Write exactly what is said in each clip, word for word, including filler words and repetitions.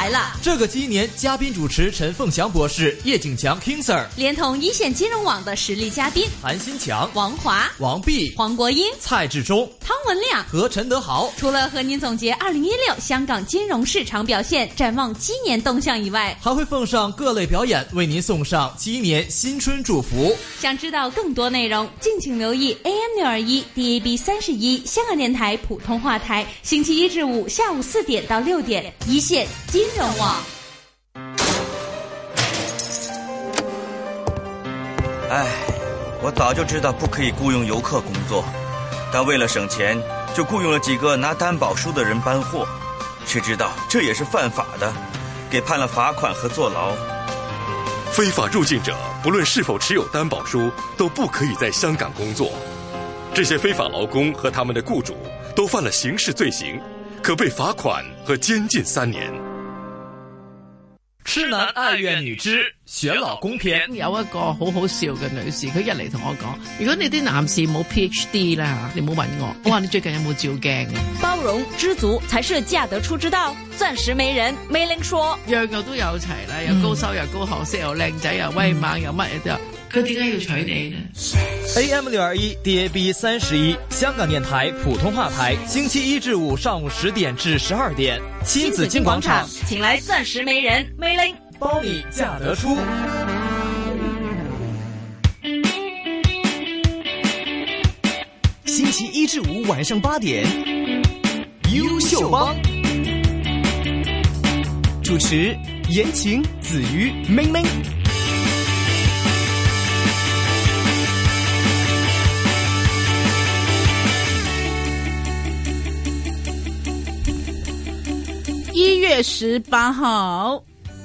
来了。 这个鸡年嘉宾主持陈凤翔博士、叶景强 King Sir， 连同一线金融网的实力嘉宾韩新强、 王华、 王碧、 黄国英、 蔡志忠、 汤文亮和陈德豪。 除了和您总结二零一六香港金融市场表现，展望鸡年动向以外， 还会奉上各类表演，为您送上鸡年新春祝福。 想知道更多内容，敬请留意 A M 六二一 D A B 三十一香港电台普通话台，星期一至五下午四点到六点，一线金融网。 唉，我早就知道不可以雇佣游客工作，但为了省钱，就雇佣了几个拿担保书的人搬货，谁知道这也是犯法的，给判了罚款和坐牢。 非法入境者不论是否持有担保书，都不可以在香港工作。这些非法劳工和他们的雇主都犯了刑事罪行，可被罚款和监禁三年。 痴男愛怨女之選老公篇。 有一個好好笑嘅女士，佢一嚟同我講：如果你啲男士冇 P H D 啦，你唔好問我。我話你最近有冇照鏡？ 包容知足才是嫁得出之道。鑽石媒人梅玲說： 樣樣都有齊啦，又高收入、高學識，又靚仔，又威猛，又乜嘢都有。佢點解要娶你呢 ？A M 六二一 D A B 三十一香港電台普通話台，星期一至五上午十點至十二點，親子金廣場， 請來鑽石媒人梅玲， 包你嫁得出。 星期一至五晚上八點，優秀幫主持言情、子瑜、明明。 一月十八號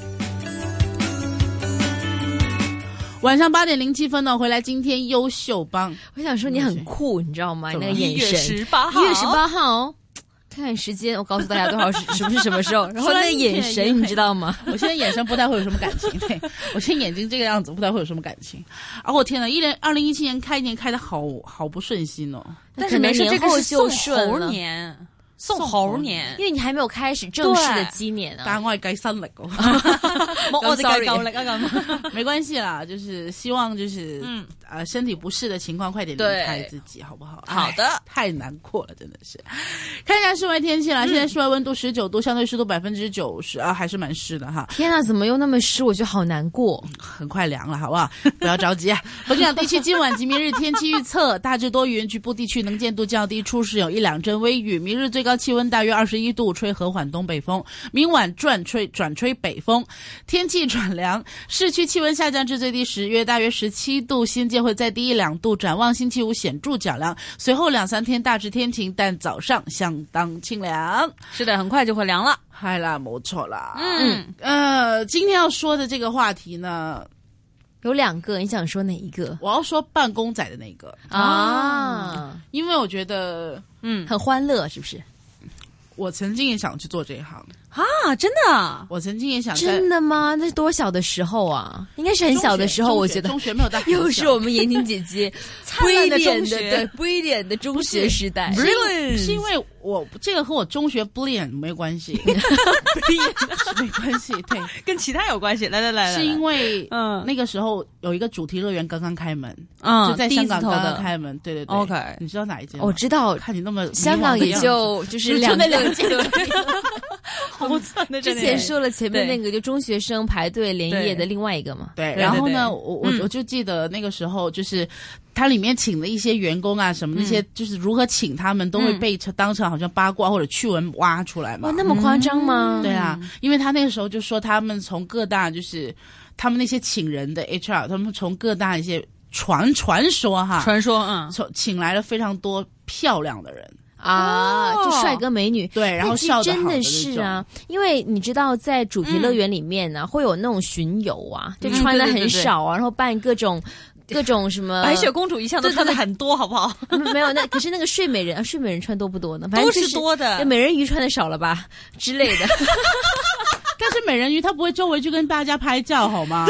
晚上八點零七分呢，回來今天優秀幫。 我想說你很酷，你知道嗎？那個眼神。 一月十八號， 一月十八號，看看時間，我告訴大家多少是是不是什麼時候？然後那個眼神，你知道嗎？ 我現在眼神不太會有什麼感情，對，我現在眼睛這個樣子不太會有什麼感情。啊，我天哪！一年二零一七年開年開得好好不順心哦。 但是沒事，這個是送猴年。送猴年， 因為你還沒有開始正式的雞年啊。 但係我係計新曆嘅， 我哋計舊曆啊咁。 沒關係啦，就是希望就是嗯呃身體不適的情況快點離開自己，好不好？ 好的， 太難過了，真的是。看一下室外天氣啦，現在室外溫度十九度，相對濕度百分之九十啊，還是蠻濕的哈。 天啊，怎麼又那麼濕？我覺得好難過。 很快涼了，好不好？不要着急。本港地區今晚及明日天氣預測大致多雲，局部地區能見度較低，初時有一兩陣微雨。明日最高氣溫大約二十一度，吹和緩東北風，明晚轉吹轉吹北風，天氣轉涼，市區氣溫下降至最低十月大約十七度，新界會再低一兩度。展望星期五顯著較涼，隨後兩三天大致天晴，但早上相當清涼。 是的，很快就會涼了。 係啦，冇錯啦。嗯，呃，今天要說的這個話題呢， 有兩個，你想說哪一個？ 我要說辦公仔的那個啊， 嗯，因為我覺得嗯很歡樂，是不是？ 我曾經也想去做這一行啊，真的？ 我曾經也想。 真的嗎？那是多小的時候啊？應該是很小的時候，我覺得。 中學沒有大。 又是我們言情姐姐燦爛的中學， 對，不一點的中學時代。 Brilliant，是因為我這個和我中學 brilliant 沒關係，brilliant 沒關係，對， 跟其他有關係。來來來， 是因為嗯那個時候有一個主題樂園剛剛開門，嗯，就在香港剛剛開門，對對對。 OK， 你知道哪一間？ 我知道， 看你那麼香港也就就是兩那兩間。 好慘的， 之前說了前面那個就中學生排隊連夜的另外一個嘛， 對，然後呢，我我我就記得那個時候就是它裡面請的一些員工啊什麼那些就是如何請他們都會被當成好像八卦或者趣聞挖出來嘛。 哇，那麼誇張嗎？ 對啊，因為他那個時候就說他們從各大就是他們那些請人的 H R， 他們從各大一些傳傳說哈， 傳說嗯， 從請來了非常多漂亮的人。 啊，就帥哥美女， 對，然後笑得好的真的是啊，因為你知道在主題樂園裡面呢、啊嗯，會有那種巡遊啊，就穿得很少啊，嗯、然後扮各種各種什麼。 白雪公主一向都穿得很多，好不好？ 沒有，那可是那個睡美人啊，睡美人穿多不多呢？ 都是多的， 美人魚穿得少了吧之類的。 但是美人魚她不會周圍去跟大家拍照好嗎？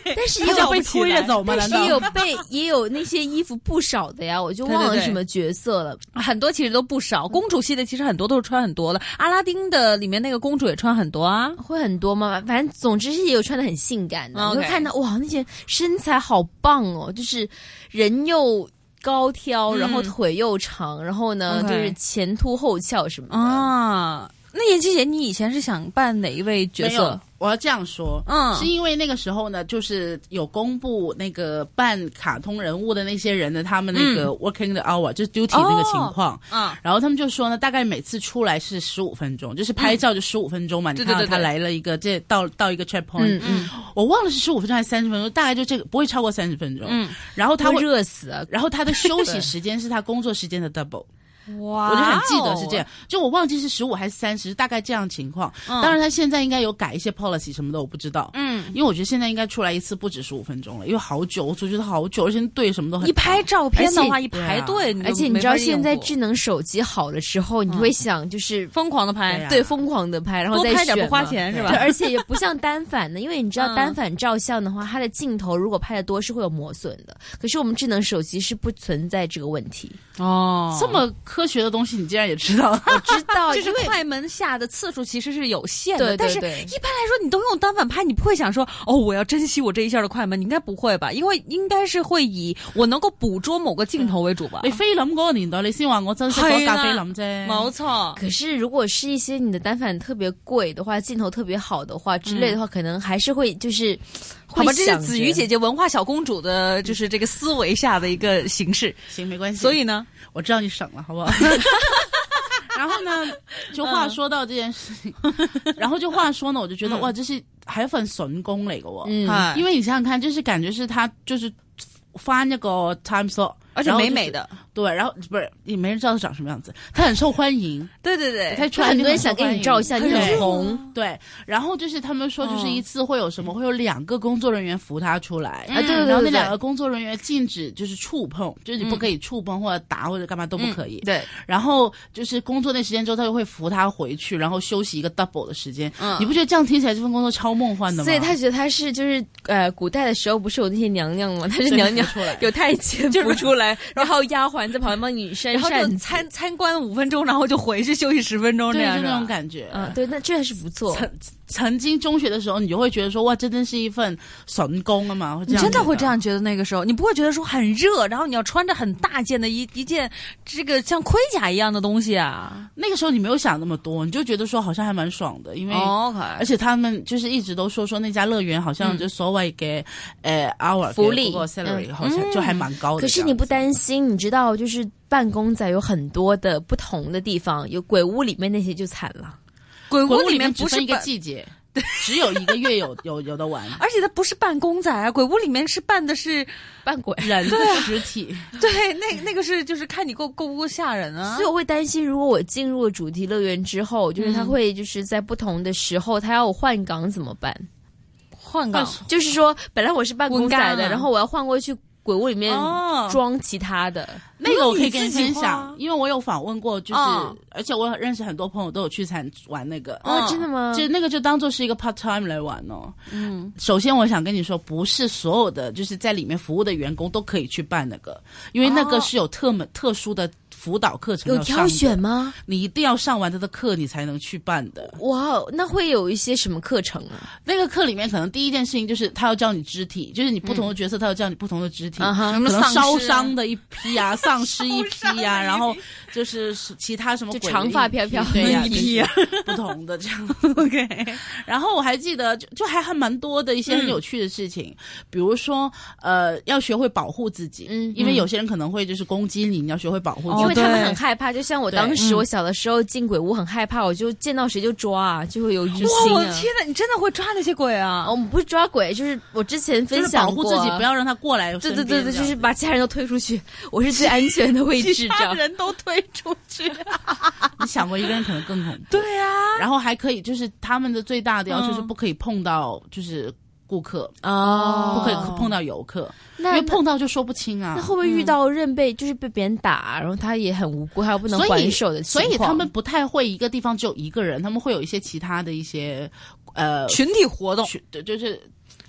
但是也有被推着走吗？ 但是也有被也有那些衣服不少的呀，我就忘了什么角色了。 对对对，很多其实都不少，公主系的其实很多都是穿很多的，阿拉丁的里面那个公主也穿很多啊， 会很多吗？反正总之是也有穿的很性感的， okay. 你会看到哇，那些身材好棒哦，就是人又高挑，然后腿又长，嗯、然后呢、okay. 就是前凸后翘什么的啊。那妍希姐，你以前是想扮哪一位角色？ 我要这样说，嗯，是因为那个时候呢，就是有公布那个扮卡通人物的那些人的他们那个 working the hour，、嗯、就是 duty 那个情况，嗯、哦，然后他们就说呢，大概每次出来是十五分钟，就是拍照就十五分钟嘛，嗯、你看到他来了一个这到到一个 checkpoint， 嗯嗯，我忘了是十五分钟还是三十分钟，大概就这个不会超过三十分钟，嗯，然后他会热死啊， 然后他的休息时间是他工作时间的 double。哇，我就很记得是这样，就我忘记是十五还是三十，大概这样情况。嗯、当然，他现在应该有改一些 policy 什么的，我不知道。嗯，因为我觉得现在应该出来一次不止十五分钟了，因为好久，我觉得好久，而且队什么都很。 一拍照片的话，一排队， 而且你知道现在智能手机好的时候，你会想就是疯狂的拍， 对，疯狂的拍，然后再拍点不花钱是吧？ 而且也不像单反的，因为你知道单反照相的话，它的镜头如果拍的多是会有磨损的，可是我们智能手机是不存在这个问题。 哦，这么科学的东西，你竟然也知道？ 我知道， 就是快门下的次数其实是有限的。 对对对， 但是一般来说，你都用单反拍，你不会想说哦，我要珍惜我这一下的快门，你应该不会吧？因为应该是会以我能够捕捉某个镜头为主吧？ 你菲林嗰個年代，你先話我珍惜嗰架菲林啫， 冇錯。 可是如果是一些你的單反特別貴的話，鏡頭特別好的話之類的話，嗯、可能還是會就是。 好吧，这是子瑜姐姐文化小公主的，就是这个思维下的一个形式。 行，没关系。 所以呢， 我知道你省了，好不好？然后呢，就話說到這件事情，嗯、然後就話說呢，我就覺得、嗯、哇，這是還有份筍工嚟嘅，嗯，因為你想想看，就是感覺是他就是翻一個 time slot。 而且美美的， 就是、对，然后不是也没人知道他长什么样子，他很受欢迎， 对对对， 他很多人想跟你照相，你很红， 对。然后就是他们说，就是一次会有什么，嗯、会有两个工作人员扶他出来， 啊、嗯，对对对， 然后那两个工作人员禁止就是触碰，就是你不可以触碰或者打或者干嘛都不可以， 嗯、对。 然后就是工作那时间之后，他就会扶他回去，然后休息一个 double 的时间。嗯，你不觉得这样听起来这份工作超梦幻的吗？ 所以他觉得他是就是呃，古代的时候不是有那些娘娘吗？他是娘娘出来，有太监扶出来。然后丫鬟在旁边帮你扇扇子， 然后就参参观五分钟，然后就回去休息十分钟，这样就那种感觉。 嗯，对，那这还是不错。 曾曾经中学的时候，你就会觉得说，哇，这真是一份神工啊嘛！ 你真的会这样觉得？那个时候，你不会觉得说很热，然后你要穿着很大件的一一件这个像盔甲一样的东西啊？ 那个时候你没有想那么多，你就觉得说好像还蛮爽的，因为、 oh, okay. 而且他们就是一直都说说那家乐园好像就所谓给、嗯、呃 hour 福利 salary、嗯、好像就还蛮高的。 可是你不担心？你知道，就是办公仔有很多的不同的地方，有鬼屋里面那些就惨了。 鬼屋里面不是一个季节。只有一个月有有有的玩， 而且它不是扮公仔啊，鬼屋里面是扮的是扮鬼人的实体， 对，那那个是就是看你够够不够吓人啊。 所以我会担心，如果我进入了主题乐园之后，就是他会就是在不同的时候，他要我换岗怎么办？ 换岗就是说，本来我是扮公仔的，啊、然后我要换过去。鬼屋里面装其他的、哦、 那个我可以跟你分享，因为我有访问过，就是、哦、而且我认识很多朋友都有去参玩那个。 哦，真的吗？ 就那个就当做是一个 part time 来玩哦。嗯，首先我想跟你说，不是所有的就是在里面服务的员工都可以去办那个，因为那个是有特门、哦、特殊的辅导课程要上的。 有挑选吗？ 你一定要上完他的课，你才能去办的。 哇，那会有一些什么课程啊？ 那个课里面可能第一件事情就是他要教你肢体，就是你不同的角色，他要教你不同的肢体。嗯可能烧伤的一批啊，丧尸一批啊，然后就是其他什么鬼就长发飘飘的一批啊，不同的这样。OK， 然后我还记得就就还还蛮多的一些很有趣的事情，嗯、比如说呃要学会保护自己，嗯，因为有些人可能会就是攻击你，你要学会保护自己， 因为他们很害怕。就像我当时我小的时候进鬼屋很害怕，我就见到谁就抓啊，就会有疑心啊。 哇，天哪，你真的会抓那些鬼啊？ 我们不是抓鬼，就是我之前分享过、 就是、保护自己，不要让他过来。 对对对对，就是把其他人都推出去，我是最安全的位置， 其他人都推出去。 你想过一个人可能更恐怖？ 对啊， 然后还可以就是他们的最大的要求是不可以碰到就是顾客哦，不可以碰到游客，因为碰到就说不清啊。 那会不会遇到认被、嗯、就是被别人打，然后他也很无辜，他又不能还手的情况？ 所以他们不太会一个地方只有一个人，他们会有一些其他的一些呃群体活动， 对，就是。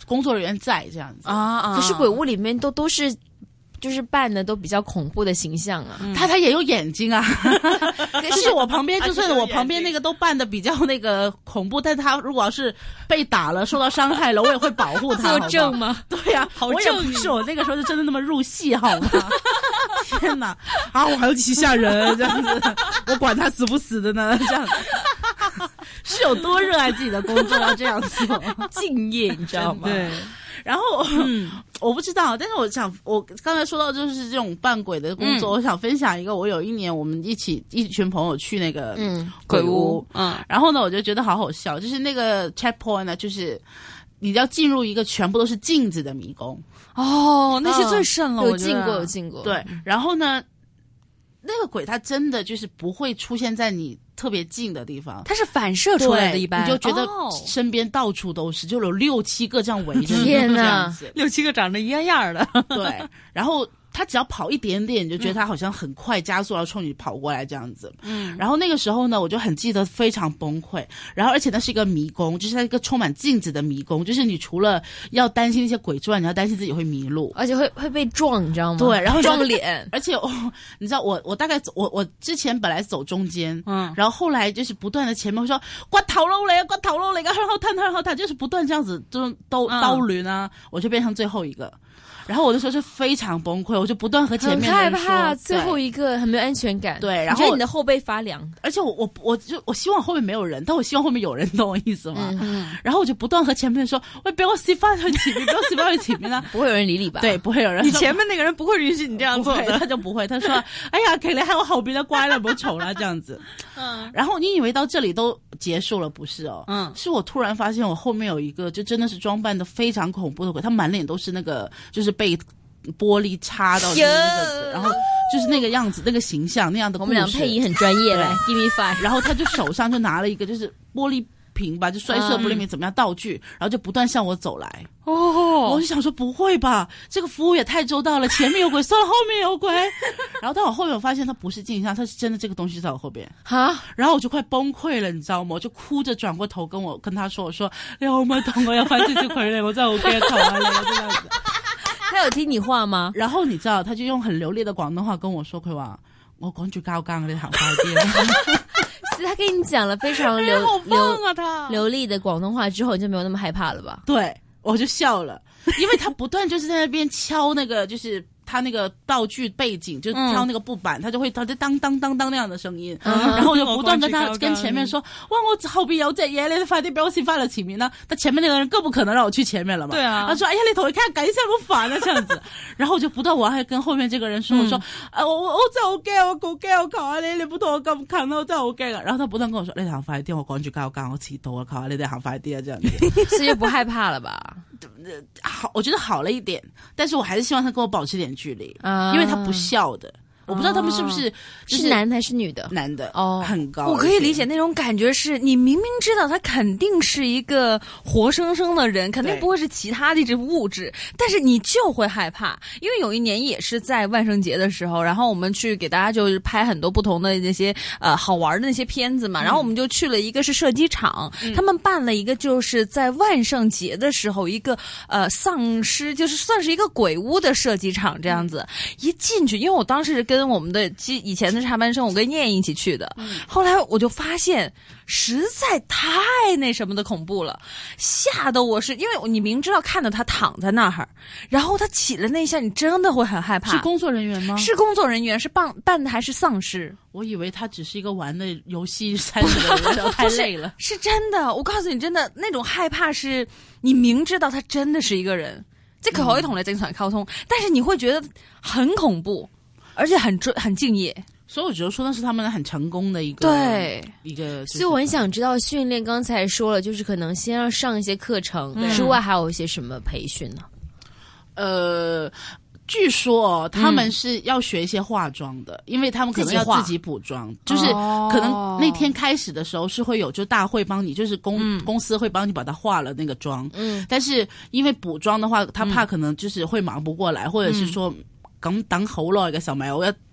工作人员在这样子啊啊！可是鬼屋里面都都是。就是扮的都比较恐怖的形象啊， 嗯、他他也有眼睛啊，就是我旁边，就算我旁边那个都扮的比较那个恐怖，但他如果要是被打了、受到伤害了，我也会保护他。 作证吗？ 对呀、啊， 好正义。我也不是我那个时候是真的那么入戏，好吗？天哪！啊，我还要旗下人这样子，我管他死不死的呢，这样子。是有多热爱自己的工作要这样做， 敬业，你知道吗？ 对。然后，嗯，我不知道，但是我想，我刚才说到就是这种扮鬼的工作，嗯、我想分享一个，我有一年我们一起一群朋友去那个嗯鬼屋，嗯，然后呢，我就觉得好好笑，就是那个 checkpoint 呢，就是你要进入一个全部都是镜子的迷宫， 哦，那些最深了， 嗯、 有进过，有进过， 对，然后呢，那个鬼他真的就是不会出现在你特别近的地方， 它是反射出来的，一般你就觉得身边到处都是，就有六七个这样围着， 天哪， 六七个长得一样样的， 对，然后。他只要跑一点点，你就觉得他好像很快加速要冲你跑过来这样子。嗯，然后那个时候呢，我就很记得非常崩溃。然后而且那是一个迷宫，就是它一个充满镜子的迷宫，就是你除了要担心那些鬼之外，你要担心自己会迷路， 而且会会被撞，你知道吗？ 对，然后撞脸。 而且、哦、你知道我我大概走我我之前本来走中间，嗯，然后后来就是不断的前面会说骨頭佬嚟啊，骨頭佬嚟噶，向後退向後退，就是不斷這樣子就兜兜輪啊，我就變成最後一個。然後我那時候就非常崩潰，我就不斷和前面的人說， 很害怕，最後一個很沒有安全感。 對，然後你覺得你的後背發涼， 而且我我我就我希望後面沒有人，但我希望後面有人，懂我意思嗎？嗯，然後我就不斷和前面說，喂，俾我洗翻去前面，俾我洗翻去前面啦， 不會有人理你吧？ 對，不會有人。 你前面那個人不會允許你這樣做的， 他就不會，他說，哎呀，可憐還有後邊的乖了，不醜了，這樣子。嗯，然後你以為到這裡都結束了，不是哦？嗯，是我突然發現我後面有一個就真的是裝扮的非常恐怖的鬼，他滿臉都是那個就是被玻璃插到的那個，然後就是那個樣子，那個形象那樣的故事。 我們倆配音很專業來 ，give me five。 然後他就手上就拿了一個就是玻璃瓶吧，就摔碎玻璃瓶怎麼樣道具，嗯、然後就不斷向我走來。哦，我就想說不會吧，這個服務也太周到了，前面有鬼，算了，後面有鬼。然後到我後面我發現它不是鏡像，它是真的這個東西在我後邊。哈，然後我就快崩潰了，你知道嗎？我就哭着轉過頭跟我跟他說，我說你可唔可以同我有翻這隻鬼咧？我真係好驚頭啊！你這樣子。 他有聽你話嗎？ 然後你知道，他就用很流利的廣東話跟我說：“佢話我趕住交更，你行快啲。” 是他跟你講了非常流、 哎好棒啊他流流利的廣東話之後，你就沒有那麼害怕了吧？ 對，我就笑了，因為他不斷就是在那邊敲那個，就是。他那個道具背景就挑那個布板，嗯、他就會他就當當當當那樣的聲音，嗯、然後我就不斷跟他跟前面說：“哇，我後邊有隻嘢，你快啲俾我先翻到前面啦！”但前面那個人更不可能讓我去前面了嘛。對啊，他說：“哎呀，你同佢傾偈先，好煩啊！”這樣子，然後我就不斷我還跟後面這個人說：“我說，啊，我我真係好驚，我好驚，我求下你，你唔好同我咁近咯，我真係好驚啊！”然後他不斷跟我說：“你行快啲，我趕住交更，我遲到啊，求下你哋行快啲啊！”這樣子， 所以就不害怕了吧？ 好，我覺得好了一點，但是我還是希望他跟我保持點距離，啊、因為他不笑的。我不知道他們是不是、就是、 是男還是女的？ 男的哦， 很高。 我可以理解那種感覺，是你明明知道他肯定是一個活生生的人，肯定不會是其他的一隻物質，但是你就會害怕。因為有一年也是在萬聖節的時候，然後我們去給大家就是拍很多不同的那些呃好玩的那些片子嘛，然後我們就去了一個是射擊場，嗯、他們辦了一個就是在萬聖節的時候一個呃喪屍，就是算是一個鬼屋的射擊場這樣子。嗯、一進去，因為我當時跟我們的以前的插班生，我跟燕一起去的。嗯、後來我就發現，實在太那什麼的恐怖了，嚇得我是因為你明知道看到他躺在那兒，然後他起了那一下，你真的會很害怕。 是工作人員嗎？ 是工作人員，是扮扮的還是喪屍？ 我以為他只是一個玩的遊戲參與的人，太累了。 是，是真的，我告訴你，真的那種害怕是你明知道他真的是一個人，即係佢可以同你正常溝通，嗯、但是你會覺得很恐怖。而且很很敬業， 所以我覺得說那是他們很成功的一個對一個、就是。 所以我很想知道訓練，剛才說了，就是可能先要上一些課程，嗯、之外還有一些什麼培訓呢？ 呃，據說哦，他們是要學一些化妝的，嗯、因為他們可能要自己補妝，就是可能那天開始的時候是會有就大會幫你，就是公、嗯、公司會幫你把它化了那個妝，嗯，但是因為補妝的話，他怕可能就是會忙不過來，嗯、或者是說。咁等好耐嘅時候，咪我一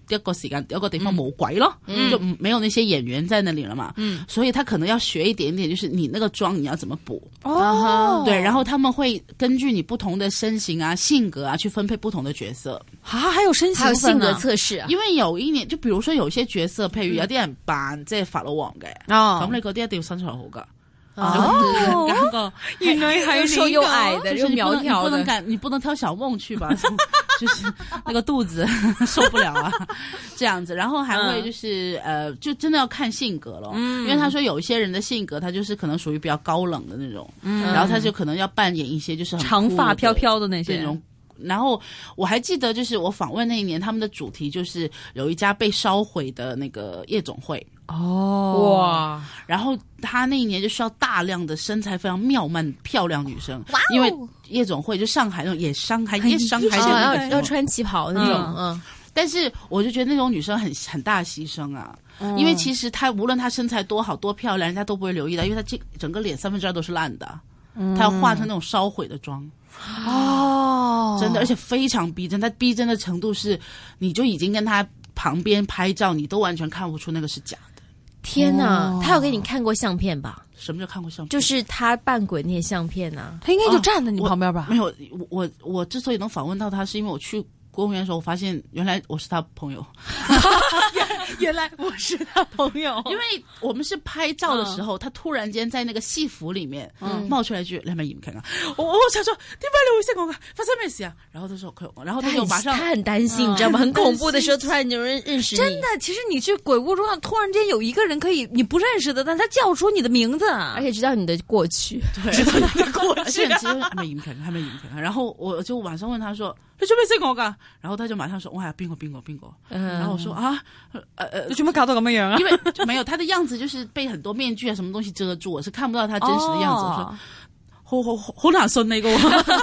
一個時間有個地方冇鬼咯，嗯、就沒有那些演員在那裡了嘛，嗯，所以他可能要學一點點，就是你那個妝你要怎麼補哦，對，然後他們會根據你不同的身形啊、性格啊去分配不同的角色啊，還有身形、啊、 還有性格測試、啊， 因為有一年就比如說有些角色，譬如有啲人扮即係法老王嘅，哦，咁你嗰啲一定要身材好噶。 哦， 那個原來還又瘦又矮的， 就是苗條的， 你不能趕，你不能挑小夢去吧？就是那個肚子受不了啊，這樣子。然後還會就是、嗯、呃，就真的要看性格咯。嗯，因為他說有一些人的性格，他就是可能屬於比較高冷的那種，嗯，然後他就可能要扮演一些就是很長髮飄飄的那些那種。然後我還記得，就是我訪問那一年，他們的主題就是有一家被燒毀的那個夜總會。 哦，哇！ 然後他那一年就需要大量的身材非常妙曼漂亮女生，哇、哦！因為夜總會就上海那種也上海夜上海要要穿旗袍那種，嗯。嗯但是我就覺得那種女生很很大犧牲啊，嗯、因為其實她無論她身材多好多漂亮，人家都不會留意到，因為她這整個臉三分之二都是爛的，嗯、她要化成那種燒毀的妝。哦，真的，而且非常逼真，她逼真的程度是，你就已經跟她旁邊拍照，你都完全看不出那個是假的。 天哪，哦、他有給你看過相片吧？ 什麼叫看過相片？ 就是他扮鬼那些相片啊， 他應該就站在你旁邊吧？ 啊、沒有，我我我之所以能訪問到他，是因為我去公園的時候，我發現原來我是他朋友。 原來我是他朋友， 因為我們是拍照的時候，嗯、他突然間在那個戲服裏面、嗯、冒出來一句：“你係咪嚴強啊？”我我想說，點解你會識我噶？發生咩事啊？然後他說：“然後他就馬上他很擔心，嗯、你知道嗎？很恐怖的時候，突然有人認識你。 真的，其實你去鬼屋中，突然間有一個人可以你不認識的，但他叫出你的名字， 而且知道你的過去， 對，知道你的過去。其實係咪嚴強？係咪嚴強？然後我就馬上問他說：“你做咩識我噶？”然後他就馬上說：“我係邊個邊個邊個。”然後我說：“啊，呃呃， 你做咩搞到咁樣啊？” 因為沒有他的樣子，就是被很多面具啊、什麼東西遮住，我是看不到他真實的樣子。哦、我說：“好好好難信那個。”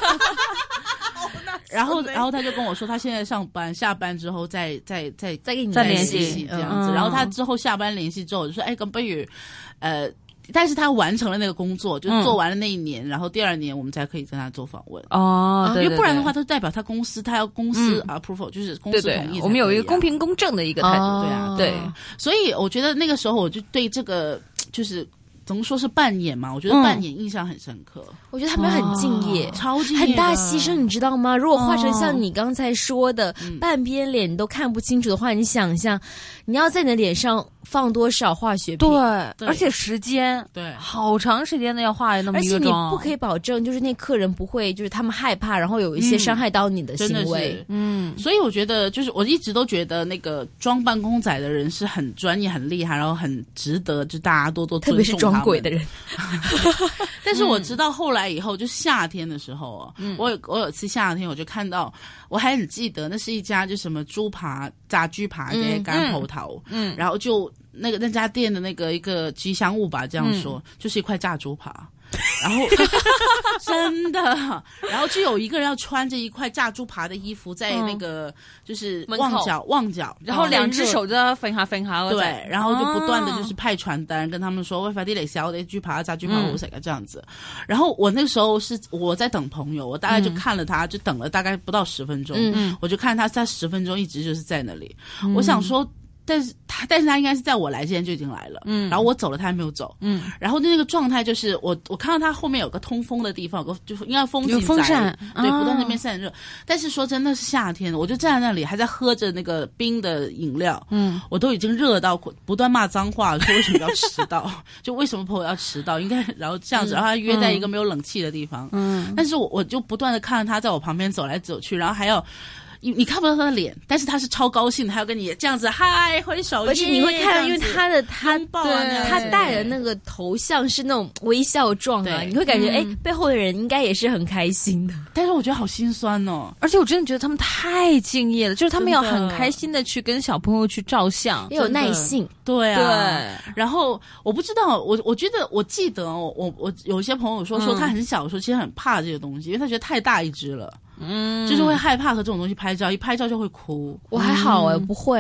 然後，然後他就跟我說，他現在上班，下班之後再再再再跟你再聯繫這樣子。嗯、然後他之後下班聯繫之後，我就說：“哎，咁不如，呃。”但是他完成了那個工作，就做完了那一年，嗯、然後第二年我們才可以跟他做訪問。 哦，對對對， 因為不然的話，他代表他公司，他要公司 approval，、嗯、就是公司同意、啊。 對對，我們有一個公平公正的一個態度， 哦、對啊， 對。 所以我覺得那個時候我就對這個就是怎麼說是扮演嘛，我覺得扮演印象很深刻。嗯、 我覺得他們很敬業， 哦、超敬業， 很大犧牲，你知道嗎？如果畫成像你剛才說的、哦、半邊臉你都看不清楚的話，你想象你要在你的臉上放多少化學品？ 對，對而且時間對， 好長時間的要畫那麼一個妝， 而且你不可以保證，就是那客人不會，就是他們害怕，然後有一些傷害到你的行為。 嗯，所以我覺得，就是我一直都覺得那個裝扮公仔的人是很專業、很厲害，然後很值得就大家多多尊重他們，特別是裝鬼的人。但是我知道後來以後，就夏天的時候，嗯、我有我有次夏天我就看到，我還很記得，那是一家就什麼豬扒炸豬扒嘅乾鋪頭，嗯，然後就。那個那家店的那個一個吉祥物吧，這樣說、嗯、就是一塊炸豬扒，然後真的，然後就有一個人要穿着一塊炸豬扒的衣服在那個就是旺角旺角， 然後兩隻手就要分下分下， 對，然後就不斷的就是派傳單跟他們說，喂，快啲嚟食我哋豬扒炸豬扒好食啊，這樣子。然後我那個時候是我在等朋友，我大概就看了他，就等了大概不到十分鐘，嗯、我就看他在十分鐘一直就是在那裡，嗯、我想說。但是他，但是他應該是在我來之前就已經來了，嗯，然後我走了，他還沒有走，嗯，然後那個狀態就是我，我看到他後面有個通風的地方，有個就是應該風景風扇， 對，不斷那邊散熱。啊、但是說真的是夏天，我就站在那裡還在喝着那個冰的飲料，嗯，我都已經熱到不斷罵髒話，說為什麼要遲到，就為什麼朋友要遲到，應該然後這樣子，然後他約在一個沒有冷氣的地方，嗯，但是我我就不斷的看着他在我旁邊走來走去，然後還要。你你看不到他的臉，但是他是超高興的，他要跟你這樣子嗨揮手， 而且你會看到，因為他的他抱啊， 他戴的那個頭像是那種微笑狀啊，你會感覺哎、嗯，背後的人應該也是很開心的。 但是我覺得好心酸哦， 而且我真的覺得他們太敬業了，就是他們要很開心的去跟小朋友去照相， 也有耐性。 對啊，對。然後我不知道，我我覺得我記得我我我有一些朋友說說他很小的時候其實很怕這個東西，因為他覺得太大一隻了。嗯，就是會害怕和這種東西拍照，一拍照就會哭。 我還好哎、欸，嗯、不會啊。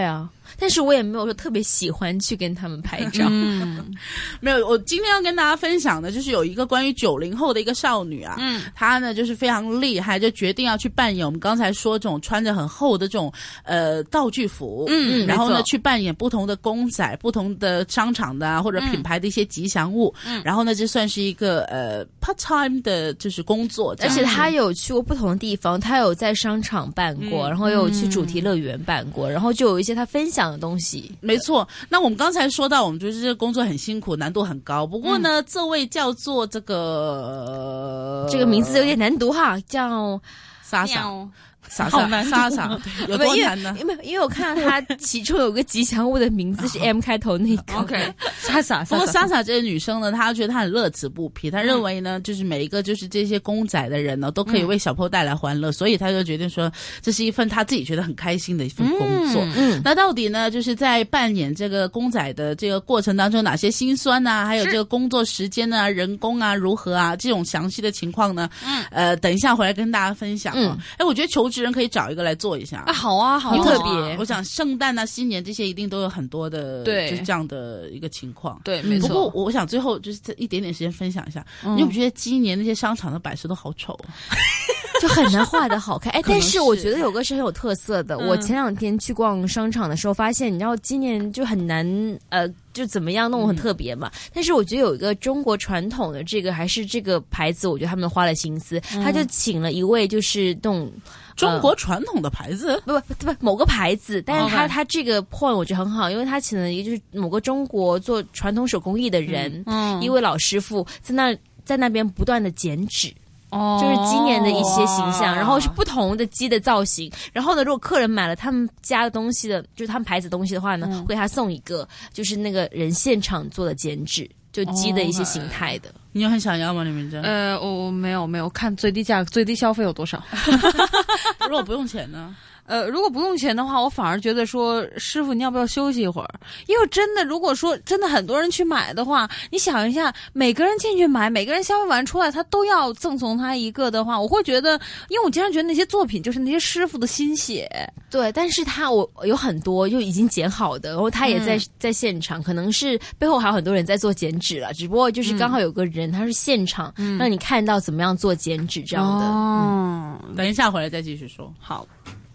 但是我也没有说特别喜欢去跟他们拍照。 嗯，没有，我今天要跟大家分享的就是有一个关于九零后的一个少女啊，嗯，她呢就是非常厉害，就决定要去扮演我们刚才说这种穿着很厚的这种呃道具服，嗯，然后呢去扮演不同的公仔、不同的商场的啊或者品牌的一些吉祥物，嗯，然后呢这算是一个呃 part time 的就是工作， 而且她有去过不同的地方，她有在商场办过，嗯，然后又有去主题乐园办过，然后就有一些她分享的东西。 没错，那我们刚才说到我们觉得这个工作很辛苦，难度很高，不过呢，嗯，这位叫做这个这个名字有点难读哈，叫莎莎莎莎莎莎，有多难呢？ 因为因为我看到他其中有个吉祥物的名字是 M 开头那个。 OK， 莎莎。 不过莎莎这个女生呢，她觉得她很乐此不疲，她认为呢，就是每一个就是这些公仔的人呢，都可以为小朋友带来欢乐，嗯，所以她就决定说，这是一份她自己觉得很开心的一份工作。嗯，嗯那到底呢，就是在扮演这个公仔的这个过程当中，哪些辛酸啊，还有这个工作时间啊、人工啊如何啊，这种详细的情况呢？嗯，呃，等一下回来跟大家分享。嗯，哎，我觉得求职人可以找一个来做一下啊，好啊，好特别。 我想圣诞啊、新年这些一定都有很多的， 对， 就是这样的一个情况。 对，没错。 不过我想最后就是这一点点时间分享一下，嗯，你有没有觉得今年那些商场的摆设都好丑？ 就很难画得好看。哎，但是我觉得有个是很有特色的。嗯，我前两天去逛商场的时候，发现你知道今年就很难呃。就怎么样弄很特别嘛，嗯，但是我觉得有一个中国传统的这个还是这个牌子，我觉得他们花了心思，嗯，他就请了一位就是那种中国传统的牌子， 呃、不不不某个牌子，但是他他这个 point 我觉得很好，因为他请了一个就是某个中国做传统手工艺的人，嗯，一位老师傅在那在那边不断的剪纸。哦，就是今年的一些形象，然后是不同的鸡的造型。然后呢，如果客人买了他们家的东西的，就是他们牌子东西的话呢，嗯，会给他送一个，就是那个人现场做的剪纸，就鸡的一些形态的。 哦，你有很想要吗？李明珍？ 呃，我没有没有看最低价最低消费有多少。 如果不用钱呢？ 呃，如果不用钱的话，我反而觉得说，师傅你要不要休息一会儿？因为真的，如果说真的很多人去买的话，你想一下，每个人进去买，每个人消费完出来，他都要赠送他一个的话，我会觉得，因为我经常觉得那些作品就是那些师傅的心血。 对，但是他我有很多就已经剪好的，然后他也在、嗯、在现场，可能是背后还有很多人在做剪纸了，只不过就是刚好有个人、嗯、他是现场、嗯、让你看到怎么样做剪纸这样的。 哦、嗯，等一下回来再继续说。 好。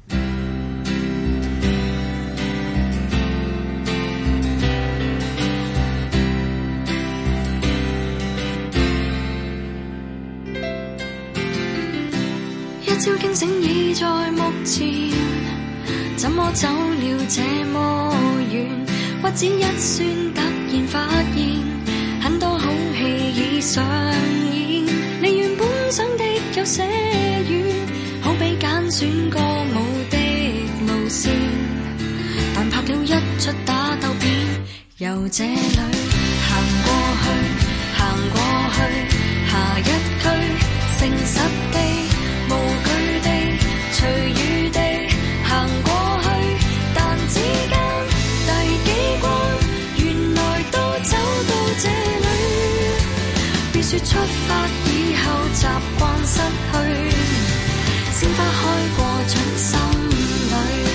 一朝驚醒已在目前，怎麼走了這麼遠？屈指一算，突然發現很多好戲已上演，離原本想的有些遠，好比揀選歌舞的路線，但拍了一出打鬥片，由這裡行過去，行過去，下一區，誠實地無懼地隨遇地行過去，但之間第幾關原來都走到這裡，別說出發以後習慣失去，鮮花開過掌心裡，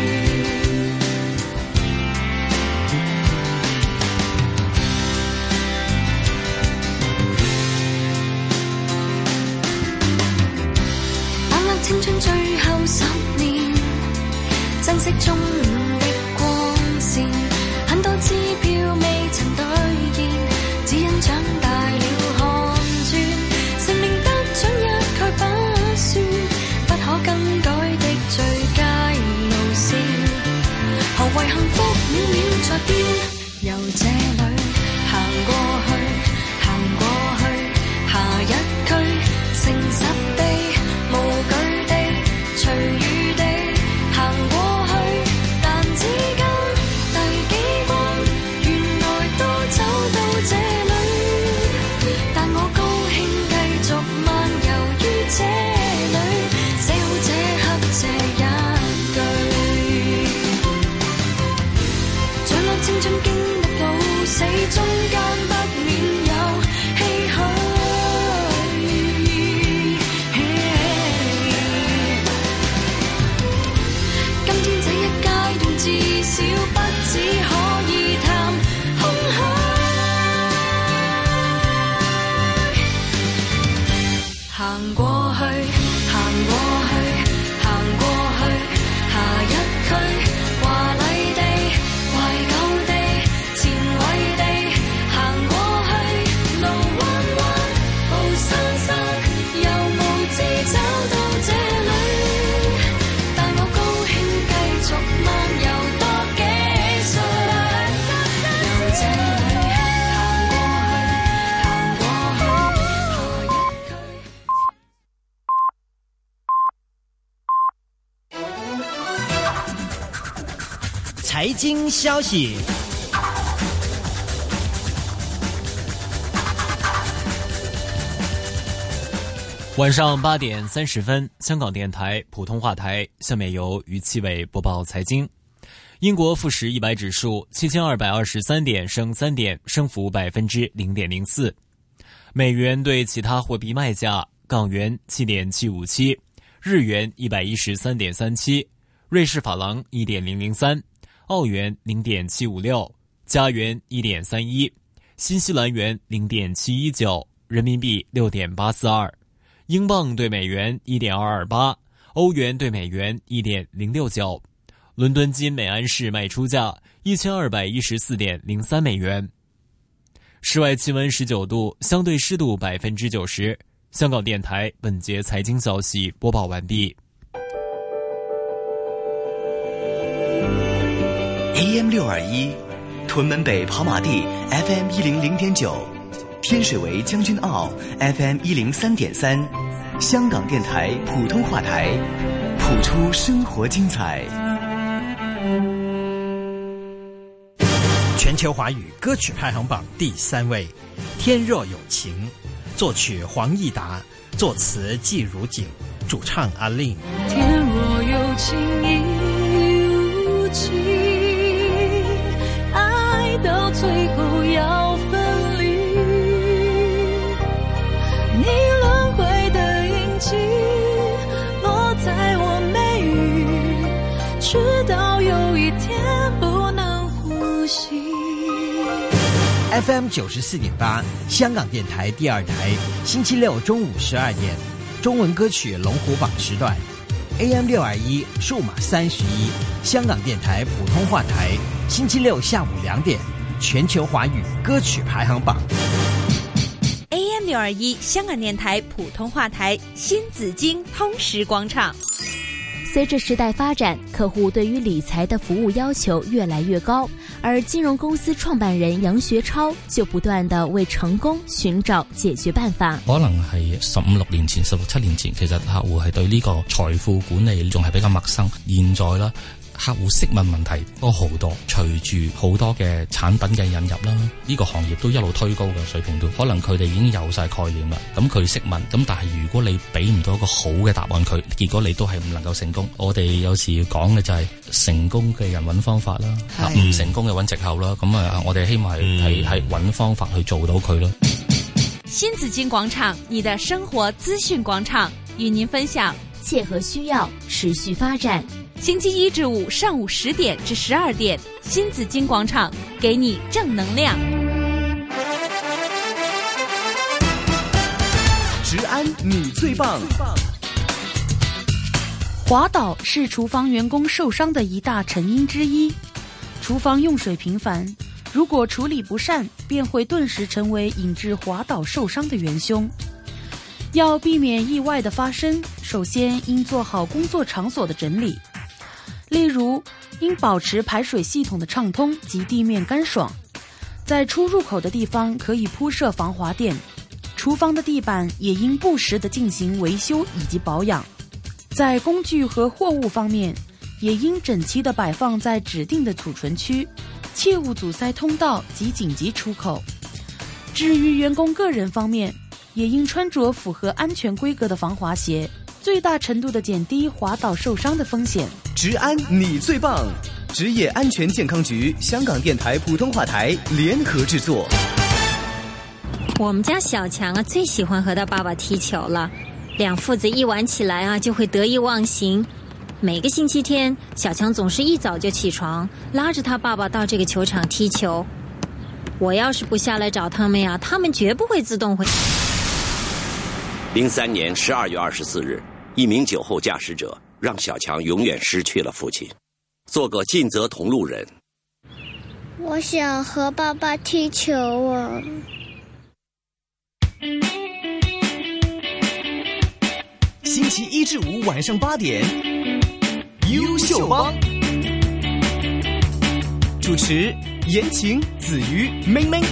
青春最後十年，珍惜中的光線，很多支票未曾兌現，只因長大了看穿，成名得獎一概不算，不可更改的最佳路線，何謂幸福秒秒在變，由這裡行過去，行過去，下一區，誠實地無懼隨遇地行過去，但行過去，行過去，行過去，下一區，華麗地，懷舊地，前衛地，行過去，路彎彎，步山山，又無知找到這裏，但我高興繼續漫遊多幾歲，由這裏行過去，行過去，下一區。 財經消息， 晚上八點三十分，香港電台普通話台，下面由余啟偉播報財經。英國富時一百指數七千二百二十三點，升三點，升幅百分之零點零四。美元對其他貨幣賣價：港元七點七五七，日元一百一十三點三七，瑞士法郎一點零零三。澳元零点七五六，加元一点三一，新西兰元零点七一九，人民币六点八四二，英镑对美元一点二二八，欧元对美元一点零六九。伦敦金每安士卖出价一千二百一十四点零三美元。室外气温十九度，相对湿度百分之九十。香港电台本节财经消息播报完毕。 A M 六二一，屯门北跑马地 F M 一零零点九，天水围将军澳 F M 一零三点三，香港电台普通话台，谱出生活精彩。 全球华语歌曲排行榜第三位，《天若有情》，作曲黄义达，作词季如锦，主唱阿令。 天若有情亦无情，爱到最后要分离，你轮回的印记落在我眉宇，直到有一天不能呼吸。 F M 九十四点八，香港电台第二台，星期六中午十二点，中文歌曲龙虎榜时段 ；A M 六二一，数码三十一，香港电台普通话台，星期六下午两点，全球华语歌曲排行榜。 A M 六二一，香港电台普通话台，新紫荆通识广场。 随着时代发展，客户对于理财的服务要求越来越高，而金融公司創辦人楊學超就不斷地為成功尋找解決辦法。 可能係十五六年前、十六七年前，其實客戶係對呢個財富管理仲係比較陌生。現在啦，客戶識問問題多好多，隨住好多嘅產品嘅引入啦，呢個行業都一路推高嘅水平都，可能佢哋已經有晒概念啦。咁佢識問，咁但係如果你俾唔到一個好嘅答案佢，結果你都係唔能夠成功。我哋有時要講嘅就係成功嘅人揾方法啦，唔成功嘅揾藉口啦。咁啊，我哋希望係係揾方法去做到佢咯。 新紫荊廣場，你的生活資訊廣場，與您分享切合需要，持續發展。 星期一至五上午十點至十二點，新紫荊廣場給你正能量。 職安你最棒。 滑倒是廚房員工受傷的一大成因之一。廚房用水頻繁，如果處理不善，便會頓時成為引致滑倒受傷的元兇。要避免意外的發生，首先應做好工作場所的整理。例如，應保持排水系統的暢通及地面乾爽，在出入口的地方可以鋪設防滑墊，廚房的地板也應不時地進行維修以及保養。在工具和貨物方面，也應整齊地擺放在指定的儲存區，切勿阻塞通道及緊急出口。至於員工個人方面，也應穿着符合安全規格的防滑鞋，最大程度地減低滑倒受傷的風險。 職安你最棒，職業安全健康局、香港電台普通話台聯合製作。 我們家小強啊，最喜歡和他爸爸踢球了，兩父子一玩起來啊，就會得意忘形。每個星期天，小強總是一早就起床，拉着他爸爸到這個球場踢球。我要是不下來找他們呀，他們絕不會自動回。 零三年十二月二十四日，一名酒后驾驶者让小强永远失去了父亲。做个尽责同路人。 我想和爸爸踢球啊。 星期一至五晚上八点，优秀帮主持言情、子瑜、明明。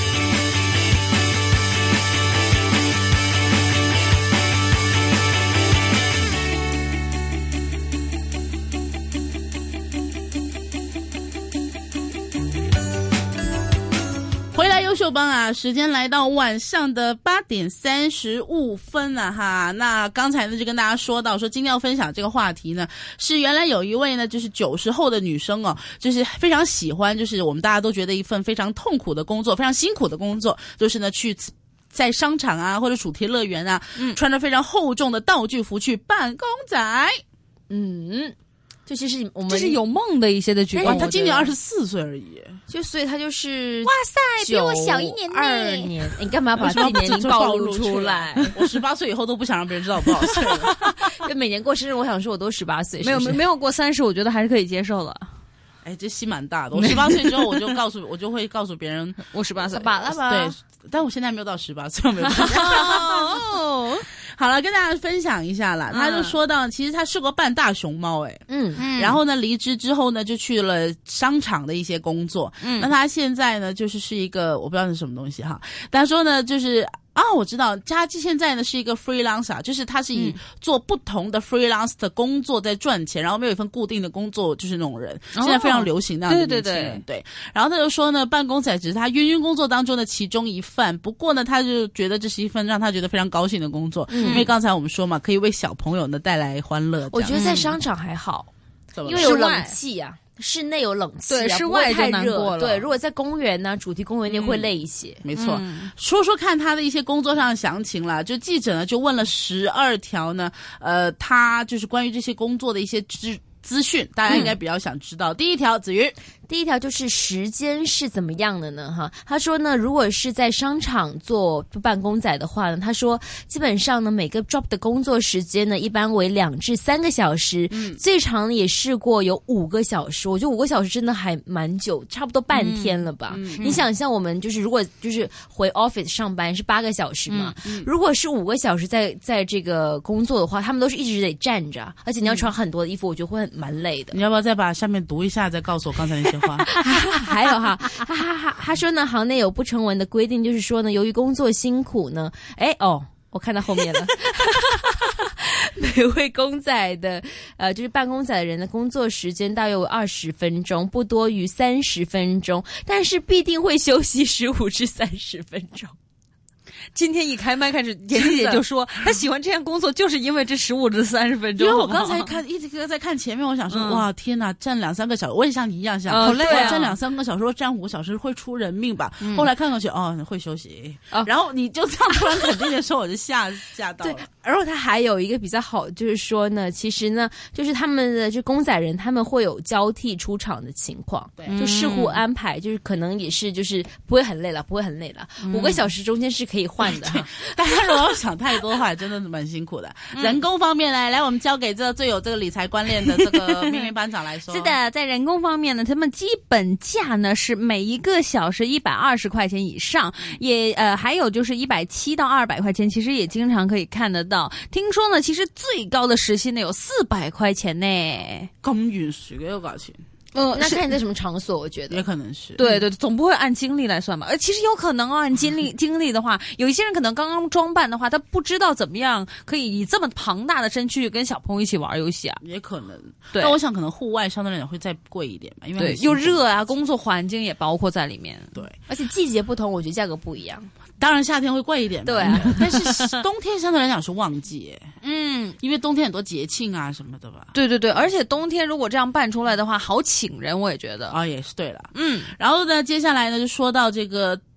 回来优秀帮啊，时间来到晚上的八点三十五分了哈。那刚才呢就跟大家说到，说今天要分享这个话题呢，是原来有一位呢就是九十后的女生哦，就是非常喜欢，就是我们大家都觉得一份非常痛苦的工作，非常辛苦的工作，就是呢去在商场啊或者主题乐园啊，嗯，穿着非常厚重的道具服去办公仔， 嗯。就其实我们这是有梦的一些的举动。 他今年二十四岁而已， 就所以他就是哇塞，比我小一年呢。 二年，你干嘛要把自己年龄暴露出来？ 我十八岁以后都不想让别人知道我多少岁了。 就每年过生日，我想说我都十八岁， 没有没有过三十，我觉得还是可以接受了。 哎，这戏蛮大的。我十八岁之后，我就告诉我就会告诉别人我十八岁， 罢了吧。 对，但我现在没有到十八岁，我没有到。好了，跟大家分享一下啦。他就说到，其实他是个扮大熊猫，哎，嗯嗯，然后呢，离职之后呢，就去了商场的一些工作。嗯，那他现在呢，就是是一个我不知道是什么东西哈。他说呢，就是啊，我知道，他现在呢是一个 freelancer， 就是他是以做不同的 freelance 的工作在赚钱，然后没有一份固定的工作，就是那种人，现在非常流行那样的年轻人。对对对，对。然后他就说呢，办公仔只是他晕晕工作当中的其中一份，不过呢，他就觉得这是一份让他觉得非常高兴的工作，嗯、因为刚才我们说嘛，可以为小朋友呢带来欢乐。 我觉得在商场还好，嗯、因为有冷气啊。室内有冷气、啊， 对，室外太热了。对，如果在公园呢，主题公园内会累一些。 嗯、没错、嗯，说说看他的一些工作上的详情啦。就记者呢就问了十二条呢，呃，他就是关于这些工作的一些资资讯，大家应该比较想知道。嗯、第一条，子瑜。 第一条就是时间是怎么样的呢？哈，他说呢，如果是在商场做办公仔的话呢，他说基本上呢，每个 job 的工作时间呢，一般为两至三个小时，嗯，最长也试过有五个小时。我觉得五个小时真的还蛮久，差不多半天了吧？嗯嗯、你想象我们就是如果就是回 office 上班是八个小时嘛，嗯嗯、如果是五个小时在在这个工作的话，他们都是一直得站着，而且你要穿很多的衣服，我觉得会蛮累的。 你要不要再把下面读一下，再告诉我刚才那些？ 还有哈，哈哈哈，他说呢，行内有不成文的规定，就是说呢，由于工作辛苦呢，哎哦，我看到后面了，每位公仔的呃，就是办公仔的人的工作时间大约有二十分钟，不多于三十分钟，但是必定会休息十五至三十分钟。 今天一开麦开始，妍妍姐就说她喜欢这样工作，就是因为这十五至三十分钟。 因为我刚才看一直在看前面，我想说，嗯、哇，天哪，站两三个小时，我也像你一样想， 好累啊！ 站两三个小时，站五个小时会出人命吧？嗯、后来看上去，哦，会休息。哦、然后你就这样突然肯定的时候，我就吓吓到了。 对，然后他还有一个比较好，就是说呢，其实呢，就是他们的就公仔人，他们会有交替出场的情况，对，就视乎安排，就是可能也是就是不会很累了，不会很累了，嗯、五个小时中间是可以换的。 大家如果要想太多的话，真的是蛮辛苦的。嗯、人工方面呢，来我们交给这最有这个理财观念的这个命运班长来说。 是的，在人工方面呢，他们基本价呢是每一个小时一百二十块钱以上，也呃还有就是一百七到二百块钱，其实也经常可以看得到。听说呢，其实最高的时薪呢有四百块钱呢， 咁懸殊嘅一個價錢。 嗯，那看你在什么场所，我觉得也可能是对对，总不会按精力来算吧？呃，其实有可能啊，按精力精力的话，有一些人可能刚刚装扮的话，他不知道怎么样可以以这么庞大的身躯跟小朋友一起玩游戏啊， 也可能。 对， 但我想可能户外相对来讲会再贵一点吧，因为对又热啊，工作环境也包括在里面。 对， 而且季节不同，我觉得价格不一样。 当然夏天会贵一点， 对、啊， 但是冬天相对来讲是旺季，嗯，因为冬天很多节庆啊什么的吧。 对对对，而且冬天如果这样办出来的话，好请人，我也觉得啊、哦，也是对了，嗯。然后呢，接下来呢就说到这个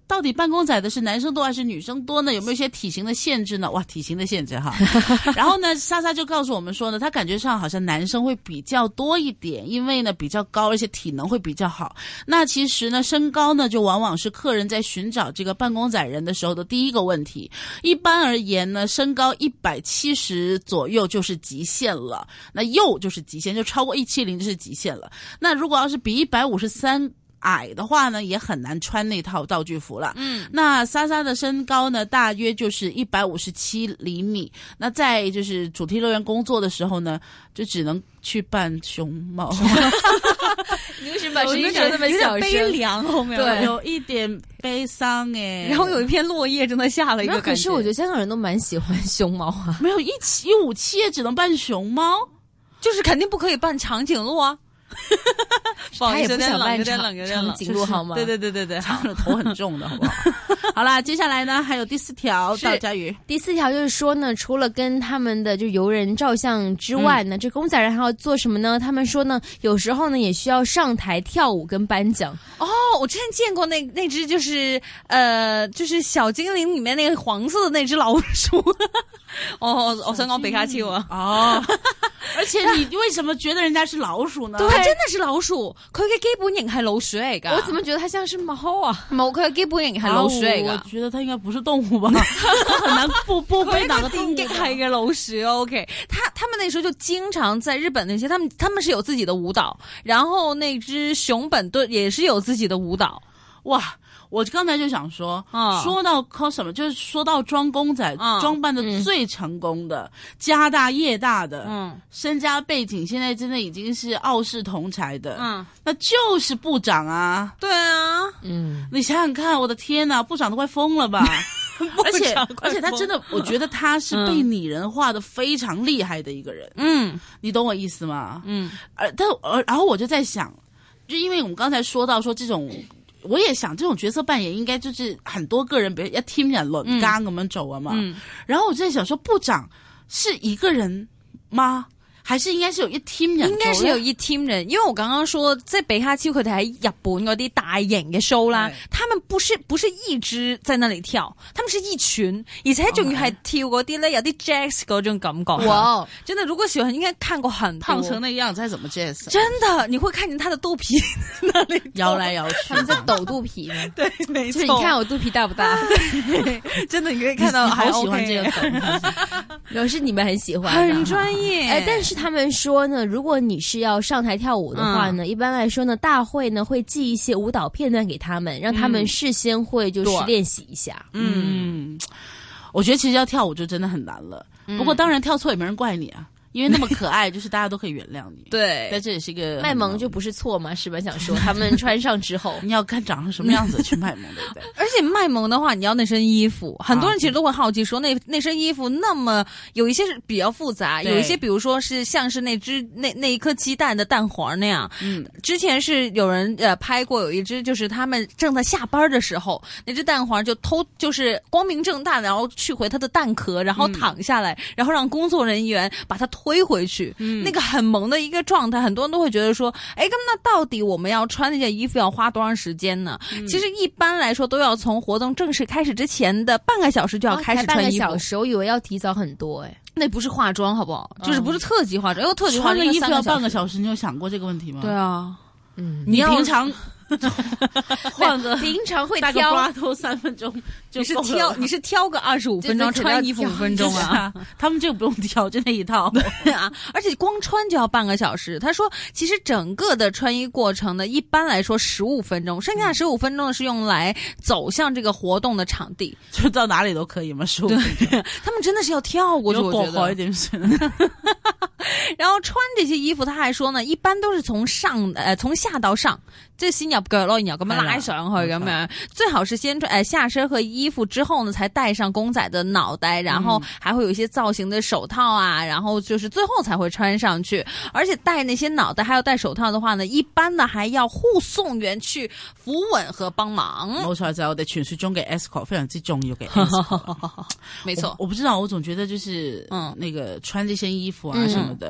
到底办公仔的是男生多还是女生多呢？有没有一些体型的限制呢？哇，体型的限制哈。然后呢，莎莎就告诉我们说呢，她感觉上好像男生会比较多一点，因为呢比较高，而且体能会比较好。那其实呢，身高呢就往往是客人在寻找这个办公仔人的时候的第一个问题。一般而言呢，身高一百七十左右就是极限了，那右就是极限，就超过一百七十就是极限了。那如果要是比一百五十三矮的话呢，也很难穿那套道具服了。嗯，那莎莎的身高呢，大约就是一百五十七厘米。那在就是主题乐园工作的时候呢，就只能去扮熊猫。 你为什么把声音说那么小声？ 悲凉后面对，有一点悲伤哎。 然后有一片落叶正在下了一个感觉。 可是我觉得香港人都蛮喜欢熊猫啊。 没有一七一五七也只能扮熊猫， 就是肯定不可以扮长颈鹿啊。 不好意思，有点冷，有点冷，有点冷。长颈鹿好吗？ 对对对对对， 长的头很重的，好不好？好啦，接下来呢，还有第四条，到佳宇。 第四条就是说呢，除了跟他们的就游人照相之外呢，嗯、这公仔人还要做什么呢？他们说呢，有时候呢也需要上台跳舞跟颁奖。 哦，我之前见过那那只就是呃，就是小精灵里面那个黄色的那只老鼠。哦，我想講皮卡丘啊。 哦。而且你为什麼覺得人家是老鼠呢？ 對，它真的是老鼠，佢嘅基本型係老鼠嚟噶。 我怎麼覺得它像是貓啊？ 冇，佢嘅基本型係老鼠嚟噶。 我覺得它應該不是動物吧？它很難不不非哪個動物。 電擊係嘅老鼠 ，OK。他他們那時候就經常在日本那些，他們他們是有自己的舞蹈，然後那隻熊本頓也是有自己的舞蹈。 哇！我刚才就想说， 嗯、 说到 cosm， 就是说到装公仔、嗯、装扮的最成功的、嗯、家大业大的，嗯，身家背景现在真的已经是傲视同才的，嗯，那就是部长啊， 对啊， 嗯，你想想看，我的天哪，部长都快疯了吧？而且而且他真的，我觉得他是被拟人化的非常厉害的一个人，嗯，你懂我意思吗？嗯，而但而然后我就在想，就因为我们刚才说到说这种。我也想这种角色扮演应該就是很多個人，比如一 team 人輪更咁樣做啊嘛。嗯、然後我就在想說，部長是一個人嗎？還是應該是有一 team 人？ 應該是有一 team 人，因為我剛剛說，即係比卡超佢哋喺日本嗰啲大型嘅 show 啦，他們不是不是一支在那裡跳，他們是一群，而且仲要係跳嗰啲咧，有啲 jazz 嗰種感覺。哇！真的，如果喜歡應該看過很多。 胖成那個樣子，還怎麼 jazz？ 真的，你會看見他的肚皮那裡搖來搖去， 他們在抖肚皮呢。 對，沒錯。 就是你看我肚皮大不大？ 真的，你可以看到， 好喜歡這個梗。 有是你們很喜歡， 很專業。 哎，但是他們說呢，如果你是要上台跳舞的話呢，嗯、一般來說呢，大會呢會寄一些舞蹈片段給他們，讓他們事先會就是練習一下。 嗯，我覺得其實要跳舞就真的很難了。嗯、不過當然跳錯也沒人怪你啊。因為那麼可愛，就是大家都可以原諒你。 對， 但這也是一個賣萌就不是錯嘛，是吧？想說他們穿上之後， 你要看長成什麼樣子去賣萌，對不對？ 而且賣萌的話，你要那身衣服，很多人其實都會好奇說，那那身衣服那麼有一些是比較複雜，有一些比如說是像是那隻那那一顆雞蛋的蛋黃那樣。嗯，之前是有人呃拍過，有一隻就是他們正在下班的時候，那隻蛋黃就偷就是光明正大的，然後去回它的蛋殼，然後躺下來，嗯、然後讓工作人員把它推回去。嗯，那個很萌的一個狀態，很多人都會覺得說，哎，咁那到底我們要穿那件衣服要花多長時間呢？嗯、其實一般來說，都要從活動正式開始之前的半個小時就要開始穿衣服。 半個小時，我以為要提早很多哎。 那不是化妝，好不好？嗯、就是不是特技化妝，因為特技化妝穿個衣服要半個小時，你有想過這個問題嗎？ 對啊， 嗯，你平常。換個平常會挑大個刮頭三分鐘就夠了。 你是挑你是挑個二十五分鐘穿衣服五分鐘啊？ 他們這個不用挑，就那一套。 對啊，而且光穿就要半個小時。他說，其實整個的穿衣過程呢，一般來說十五分鐘，剩下十五分鐘是用來走向這個活動的場地， 就到哪裡都可以嘛。十五分鐘， 他們真的是要跳過去，我覺得。 好一點是。 然後穿這些衣服，他還說呢，一般都是從上呃從下到上，即係先入腳咯，然後咁樣拉上去咁樣，最好是先穿呃下身和衣服之後呢，才戴上公仔的腦袋，然後還會有一些造型的手套啊，然後就是最後才會穿上去。而且戴那些腦袋還有戴手套的話呢，一般呢還要護送員去扶穩和幫忙。 冇錯，就係我哋傳說中嘅 escort 非常之重要嘅 escort。 沒錯， 我，我不知道，我總覺得就是嗯那個穿這些衣服啊什麼的。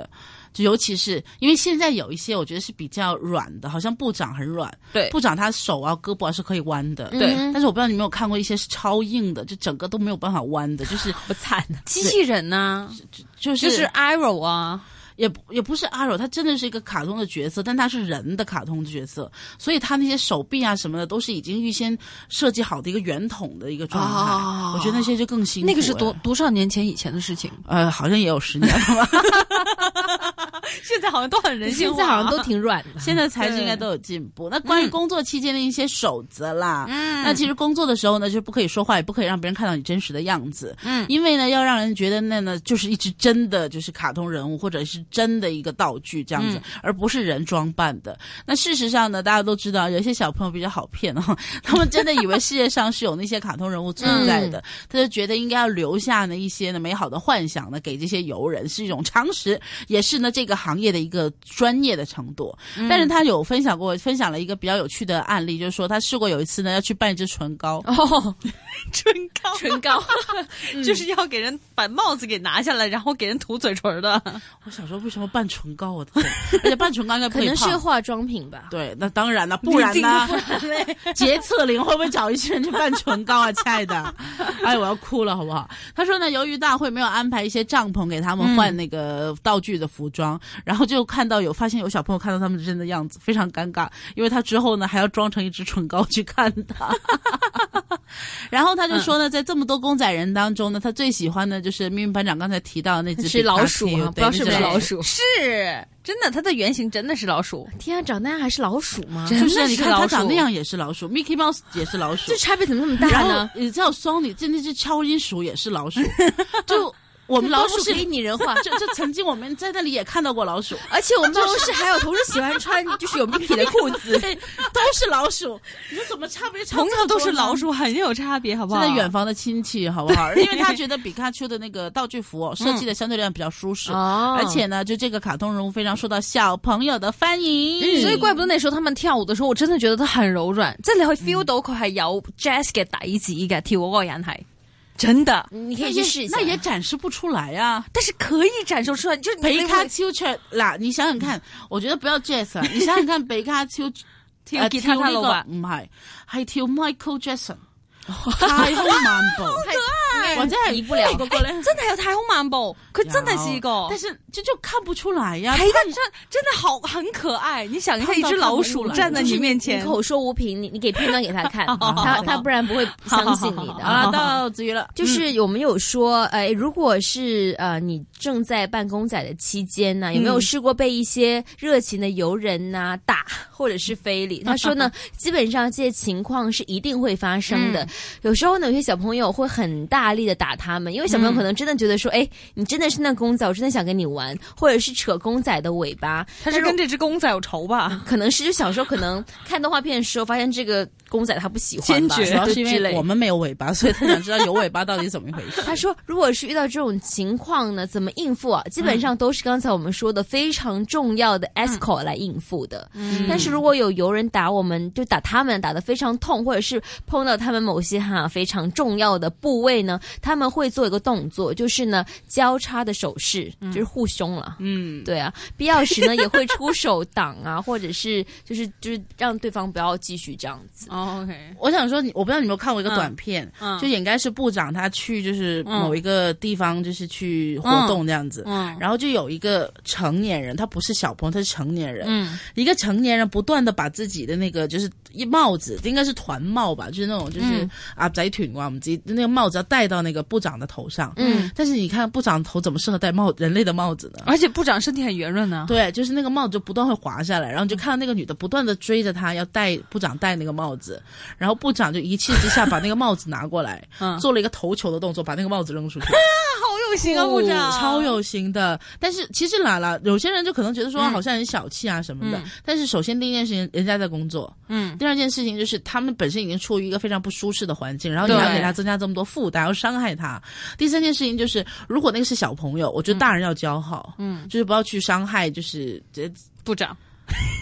的。就尤其是因为现在有一些我觉得是比较软的，好像部长很软， 对， 部长他手啊胳膊啊是可以弯的， 对、 嗯，但是我不知道你有没有看过一些是超硬的，就整个都没有办法弯的，就是不惨的机器人呐、啊， 就是就是 Arrow 啊。 也也不是 Arrow， 他真的是一个卡通的角色，但他是人的卡通的角色，所以他那些手臂啊什么的都是已经预先设计好的一个圆筒的一个状态。哦、我觉得那些就更辛苦了。 那个是多多少年前以前的事情？ 呃，好像也有十年了吧。 现在好像都很人性化， 现在好像都挺软的。 现在材质应该都有进步。那关于工作期间的一些守则啦，嗯，那其实工作的时候呢，就不可以说话，也不可以让别人看到你真实的样子，嗯，因为呢，要让人觉得那呢就是一只真的就是卡通人物，或者是真的一个道具这样子，嗯、而不是人装扮的。那事实上呢，大家都知道，有些小朋友比较好骗哦，他们真的以为世界上是有那些卡通人物存在的，嗯、他就觉得应该要留下呢一些呢美好的幻想呢给这些游人，是一种常识，也是呢这个行业的一个专业的程度。嗯、但是他有分享过，分享了一个比较有趣的案例，就是说他试过有一次呢要去扮一支唇膏哦，唇膏， 唇膏， 就是要给人把帽子给拿下来，然后给人涂嘴唇的。 我想说为什么扮唇膏？我的天！而且扮唇膏应该不可能是化妆品吧？ 对，那当然了，不然呢？洁厕灵会不会找一些人去扮唇膏啊，亲爱的？哎，我要哭了，好不好？他说呢，由于大会没有安排一些帐篷给他们换那个道具的服装，嗯、然后就看到有发现有小朋友看到他们真的样子，非常尴尬，因为他之后呢还要装成一支唇膏去看他。然后他就说呢，在这么多公仔人当中呢，他最喜欢的就是秘密班长刚才提到的那只是老鼠啊，不知道是不是老鼠？ 是真的，它的原型真的是老鼠。 天啊，长那样还是老鼠吗？ 真的是，你看它长那样也是老鼠 ，Mickey Mouse 也是老鼠， 这差别怎么那么大呢？ 你知道 Sony 这那只超音鼠也是老鼠，就。我们老鼠可以拟人化， 就就曾经我们在那里也看到过老鼠， 而且我们办公室还有同事喜欢穿就是有 Mickey 的裤子， 都是老鼠。你说怎么差别差？ 同样都是老鼠，很有差别，好不好？ 真的远房的亲戚，好不好？因为他觉得比卡丘的那个道具服哦，设计的相对来讲比较舒适，嗯、而且呢，就这个卡通人物非常受到小朋友的欢迎， 嗯、所以怪不得那時候他們跳舞的時候，我真的覺得他很柔軟，即係你可以 feel 到佢係有 jazz 嘅底子嘅，跳舞嗰個人係。真的， 你可以去試一下。 那也展示不出來啊， 但是可以展示出來。就是北卡丘卻嗱，你想想看，我覺得不要 jazz 啊，你想想看北卡丘跳吉他那個唔係，係跳 Michael Jackson。太空漫步， 好可愛， 或者係不了嗰個咧，真係有太空漫步，佢真係試過， 但是就就看不出來呀、啊。 係的，真真的好很可愛。你想一下，一隻老鼠站在你面前， 你口說無憑，你你給片段給他看，他他不然不會相信你的。 啊，到子瑜了， 就是我們有說，呃，如果是呃你正在辦公仔的期間呢，有沒有試過被一些熱情的遊人呐打，或者是非禮？他說呢，基本上這些情況是一定會發生的。有時候呢，有些小朋友會很大力的打他們，因為小朋友可能真的覺得說，哎、嗯，你真的是那公仔，我真的想跟你玩，或者是扯公仔的尾巴。 他是跟這隻公仔有仇吧？ 可能是就小時候可能看動畫片的時候，發現這個公仔他不喜歡吧， 堅決，主要是因為我們沒有尾巴，所以他想知道有尾巴到底怎麼一回事。 他說，如果是遇到這種情況呢，怎麼應付啊？基本上都是剛才我們說的非常重要的 escort 來應付的。嗯，但是如果有遊人打我們，就打他們打得非常痛，或者是碰到他們某些哈非常重要的部位呢，他們會做一個動作，就是呢交叉的手勢，就是護胸了。嗯，對啊，必要時呢也會出手擋啊，或者是就是就是讓對方不要繼續這樣子。 哦 ，OK， 我想說，我不知道你有沒有看過一個短片，嗯，就應該是部長他去就是某一個地方就是去活動這樣子，嗯，嗯然後就有一個成年人，他不是小朋友，他是成年人，嗯，一個成年人不斷的把自己的那個就是一帽子，應該是團帽吧，就是那種就是啊仔團我們自己那個帽子要戴到那個部長的頭上，嗯，但是你看部長頭怎麼適合戴帽人類的帽子呢？ 而且部長身體很圓潤呢， 對，就是那個帽子就不斷會滑下來，然後你就看到那個女的不斷的追着他要戴部長戴那個帽子，然後部長就一氣之下把那個帽子拿過來，嗯，做了一個投球的動作，把那個帽子扔出去。 好有型啊，部長， 超有型的。但是其實啦啦，有些人就可能覺得說好像很小氣啊什麼的，嗯，但是首先第一件事情，人家在工作，嗯，第二件事情就是他們本身已經處於一個非常不舒適的環境，然後你還給他增加這麼多負擔，要傷害他。第三件事情就是，如果那個是小朋友，我覺得大人要教好，嗯，就是不要去傷害，就是部長。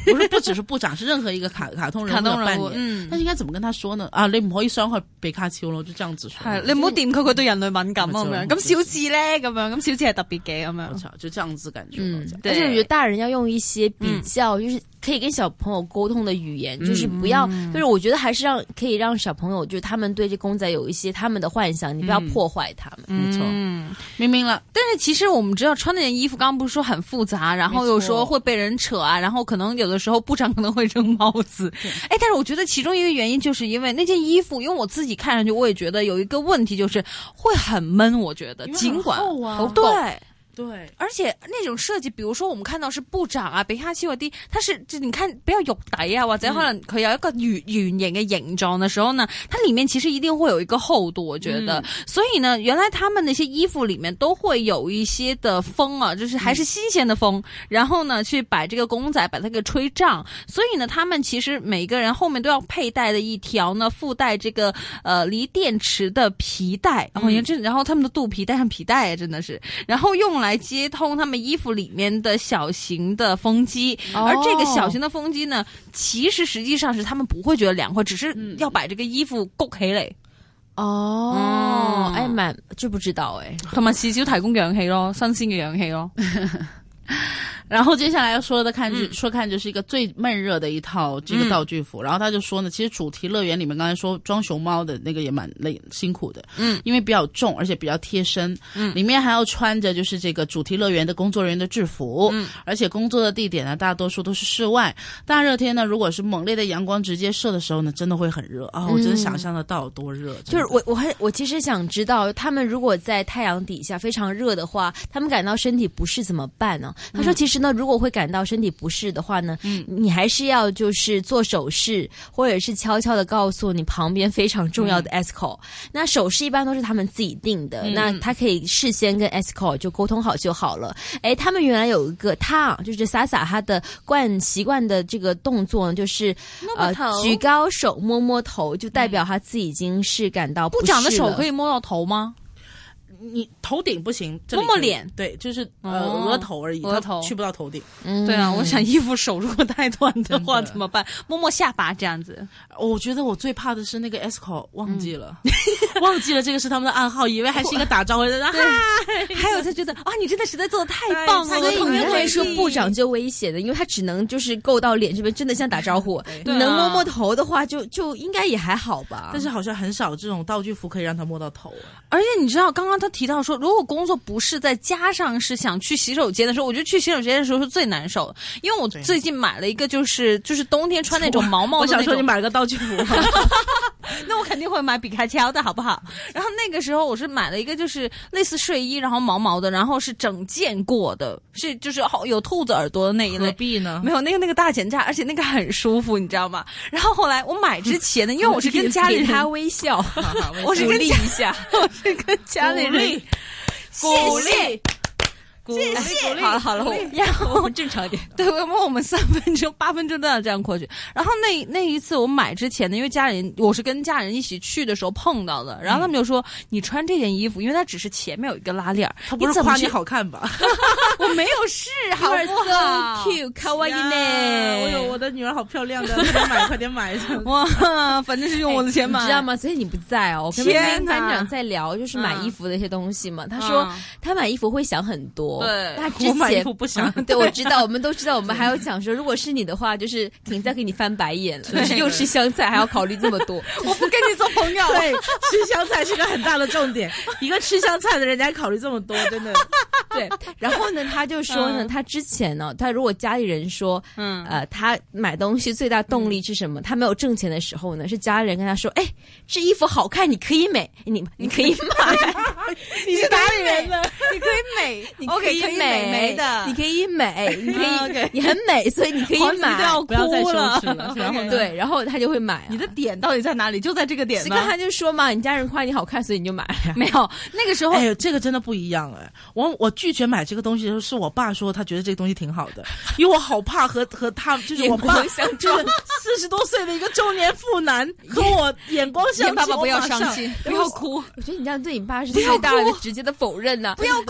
不是不只是部長，是任何一個卡卡通人物的扮演。嗯，但是應該怎麼跟他說呢？啊，你唔可以傷害比卡超咯，就這樣子說。 係，你唔好掂佢，佢對人類敏感咁樣。咁小智咧咁樣，咁小智係特別嘅咁樣。 就這樣子感覺。 嗯，而且我覺得大人要用一些比較，就是可以跟小朋友溝通的語言，嗯、就是不要，嗯、就是我覺得還是讓可以讓小朋友，就是他們對這公仔有一些他們的幻想，你不要破壞他們。 沒錯， 嗯，明明了。但是其實我們知道穿那件衣服，剛剛不是說很複雜，然後有時候會被人扯啊，然後可能有的時候部長可能會扔帽子。哎，但是我覺得其中一個原因就是因為那件衣服，因為我自己看上去，我也覺得有一個問題就是會很悶。我覺得，儘管好對。 對， 而且那種設計，比如說我們看到是部長啊、比卡超嗰啲，它是就你看比較肉底啊，或者可能佢有一個圓圓形嘅形狀的時候呢，它裏面其實一定會有一個厚度，我覺得。嗯、所以呢，原來他們那些衣服裏面都會有一些的風啊，就是還是新鮮的風，嗯、然後呢去把這個公仔把它給吹脹。所以呢，他們其實每個人後面都要佩戴的一條呢附帶這個呃鋰電池的皮帶，然後你看這，然後他們的肚皮帶上皮帶，真的是，然後用來接通他們衣服裏面的小型的風機，哦、而這個小型的風機呢，其實實際上是他們不會覺得涼快，只是要把這個衣服谷起嚟。 哦，哎，蠻知不知道哎， 同埋至少提供氧氣咯，新鮮嘅氧氣咯。 然後接下來要說的看就、嗯、說看就是一個最悶熱的一套這個道具服，嗯、然後他就說呢，其實主題樂園裡面剛才說裝熊貓的那個也蠻累辛苦的，嗯，因為比較重而且比較貼身，嗯，裡面還要穿着就是這個主題樂園的工作人員的制服，嗯，而且工作的地點呢大多數都是室外，大熱天呢如果是猛烈的陽光直接射的時候呢，真的會很熱啊、哦！我真的想象得到有多熱，嗯、 就是我我還我其實想知道他們如果在太陽底下非常熱的話，他們感到身體不適怎麼辦呢？他說其實呢如果會感到身體不適的話呢，嗯，你還是要就是做手勢，或者是悄悄的告訴你旁邊非常重要的 escort、嗯。那手勢一般都是他們自己定的，嗯、那他可以事先跟 escort 就溝通好就好了。誒，他們原來有一個他就是莎莎他的慣習慣的這個動作呢，就是呃舉高手摸摸頭，就代表他自己已經是感到不適了。部長的手可以摸到頭嗎？ 你頭頂不行， 摸摸臉， 對，就是呃額頭而已，額頭去不到頭頂。 嗯，對啊，我想衣服手如果太短的話怎麼辦？摸摸下巴這樣子。 我覺得我最怕的是那個 escort 忘記了，忘記了這個是他們的暗號，以為還是一個打招呼的。嗨， 還有他覺得啊，你真的實在做得太棒了。 所以你會說部長就危險的，因為他只能就是夠到臉這邊，真的像打招呼。你能摸摸頭的話，就就應該也還好吧。 但是好像很少這種道具服可以讓他摸到頭。 而且你知道，剛剛他提到說，如果工作不是再加上是想去洗手間的時候，我覺得去洗手間的時候是最難受的。因為我最近買了一個，就是就是冬天穿那種毛毛的那種。 我想說你買了個道具服， 那我肯定會買比卡超的好不好？然後那個時候我是買了一個，就是類似睡衣，然後毛毛的，然後是整件過的，是就是有兔子耳朵的那一類。 何必呢？ 沒有那個那個大減價，而且那個很舒服，你知道嗎？然後後來我買之前呢，因為我是跟家裡人他微笑， 我是跟鼓勵一下， 我是跟家裡人。 鼓勵，鼓勵， 謝謝。 好了好了，然後我們正常一點。 對，我們我們三分鐘、八分鐘都要這樣過去。然後那那一次我買之前呢，因為家人我是跟家人一起去的時候碰到的，然後他們就說、嗯、你穿這件衣服，因為它只是前面有一個拉鏈， 他不是誇你好看吧？ 我沒有試，好不好 ？So cute，卡哇伊呢？ 我有我的女兒好漂亮的，快點買，快點買！ 哇，反正是用我的錢買， 你知道嗎？所以你不在哦。我跟班長在聊，就是買衣服的一些東西嘛。他說他買衣服會想很多。 對， 他之前我買衣服不想。 對，我知道，我們都知道，我們還有講說，如果是你的話，就是肯定在給你翻白眼了，就是又吃香菜，還要考慮這麼多。 我不跟你做朋友。 對，吃香菜是個很大的重點。一個吃香菜的人家考慮這麼多，真的。 對，然後呢，他就說呢，他之前呢，他如果家裡人說，嗯，呃，他買東西最大動力是什麼？他沒有掙錢的時候呢，是家人跟他說，哎，這衣服好看，你可以買，你你可以買。 你是哪裡人呢？你可以美， 你可以美美的， 你可以美，你可以，你很美，所以你可以買。 不要再羞恥了。 然後對，然後他就會買。 你的點到底在哪裡？就在這個點嗎？ 剛才就說嘛，你家人誇你好看，所以你就買。 沒有，那個時候， 哎呦，這個真的不一樣哎。我我拒絕買這個東西的時候，是我爸說他覺得這個東西挺好的，因為我好怕和和他就是我爸就是四十多歲的一個中年婦男和我眼光相近。爸爸不要傷心，不要哭。 我覺得你這樣對你爸是最大的直接的否認吶。 不要哭， 你話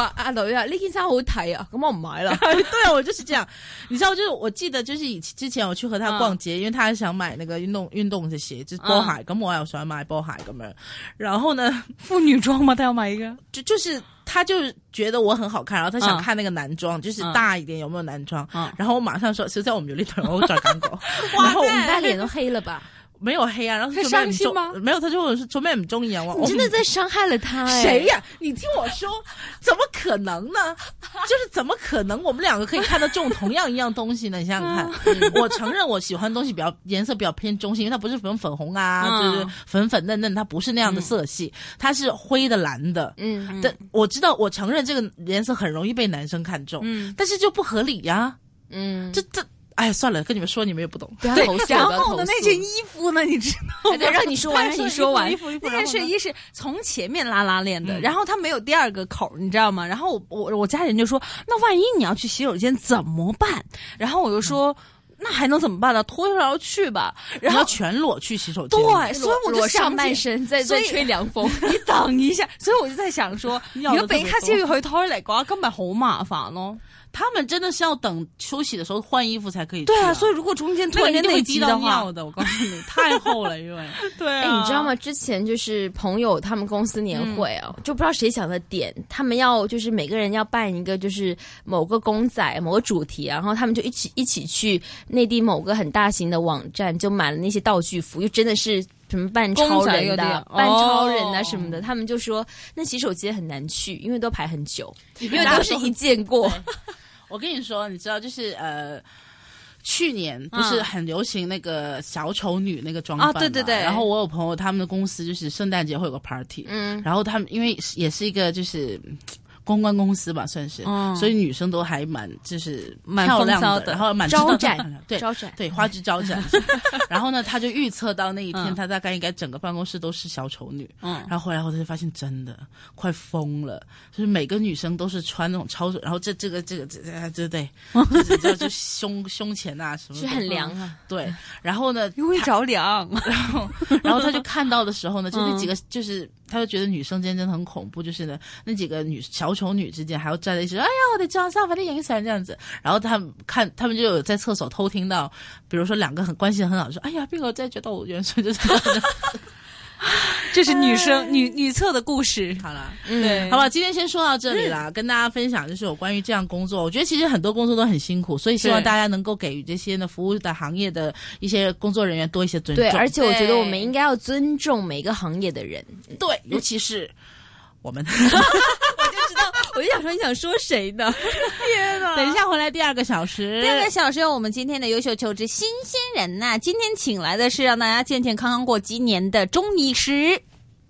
話阿女啊，呢件衫好睇啊，咁我唔買啦。 對啊，我就是這樣。你知道，就是我記得，就是以之前我去和他逛街，嗯、因為他想買那個運動運動的鞋，就是波鞋，咁、嗯、我又想買波鞋咁樣。然後呢， 婦女裝嘛，他要買一個， 就就是他就覺得我很好看，然後他想看那個男裝，嗯、就是大一點有沒有男裝。嗯、然後我馬上說，實在我們有呢對，我再講過。 然後我們大臉都黑了吧？ 沒有黑啊，然後他傷心嗎？ 沒有，他就問我說做咩唔中意啊？ 你真的在傷害了他、欸？ 誰呀、啊？你聽我說，怎麼可能呢？就是怎麼可能我們兩個可以看得中同樣一樣東西呢？你想想看，嗯、我承認我喜歡的東西比較顏色比較偏中性，因為它不是粉粉紅啊，嗯、就是粉粉嫩嫩，它不是那樣的色系，嗯、它是灰的藍的。嗯，但我知道，我承認這個顏色很容易被男生看中，嗯，但是就不合理呀、啊。嗯，這這。哎，算了，跟你們說，你們也不懂。 對，然後呢，那件衣服呢，你知道嗎？ 對，讓你說完，讓你說完。 那件睡衣是從前面拉拉鏈的，嗯、然後它沒有第二個口，你知道嗎？然後我我我家人就說，那萬一你要去洗手間怎麼辦？然後我就說，嗯、那還能怎麼辦呢？脫下去吧，然後全裸去洗手間。 對，所以我就上半身在在吹涼風。 你等一下，所以我就在想說，如果俾黑超要去 toilet 嘅話，咁咪好麻煩咯。 他們真的是要等休息的時候換衣服才可以去、啊。 對啊，所以如果中間突然間內急的話， 的我告訴你太厚了，因為對啊、 欸，你知道嗎？之前就是朋友他們公司年會啊，嗯、就不知道誰想的點，他們要就是每個人要扮一個就是某個公仔某個主題，然後他們就一起一起去內地某個很大型的網站，就買了那些道具服，又真的是什麼扮超人的、扮超人啊什麼的。哦、他們就說那洗手間很難去，因為都排很久，因為都是一見過。 我跟你說，你知道，就是呃，去年不是很流行那個小丑女那個裝扮嘛、嗯、啊，對對對。然後我有朋友，他們的公司就是聖誕節會有個 party，嗯，然後他們因為也是一個就是公關公司吧，算是，嗯、所以女生都還蠻就是漂亮的，的然後蠻招展， 對， 招展， 對，花枝招展。然後呢，他就預測到那一天，嗯、他大概應該整個辦公室都是小丑女。嗯，然後後來後他就發現真的快瘋了，就是每個女生都是穿那種超，然後這這個這個這這對對，就是就就胸胸前啊什麼， 是很涼啊。 對，然後呢， 因為着涼， 然後然後他就看到的時候呢，就那幾個就是他就覺得女生間真的很恐怖，就是呢那幾個女小丑女之間還要站在一起，哎呀我的裝上把它影響這樣子，然後他們看他們就有在廁所偷聽到，比如說兩個很關係很好說，哎呀邊個在覺得我元帥就是這是女生、哎、女女廁的故事。 好了，嗯，好吧，今天先說到這裡啦，嗯、跟大家分享就是有關於這樣工作，我覺得其實很多工作都很辛苦，所以希望大家能夠給予這些呢服務的行業的一些工作人員多一些尊重。 對，而且我覺得我們應該要尊重每個行業的人， 對，尤其是我們。 我就知道，我就想說你想說誰呢？ 天哪！ 等一下回來第二個小時， 第二個小時有我們今天的優秀求職新鮮人吶、啊，今天請來的是讓大家健健康康過雞年的中醫師。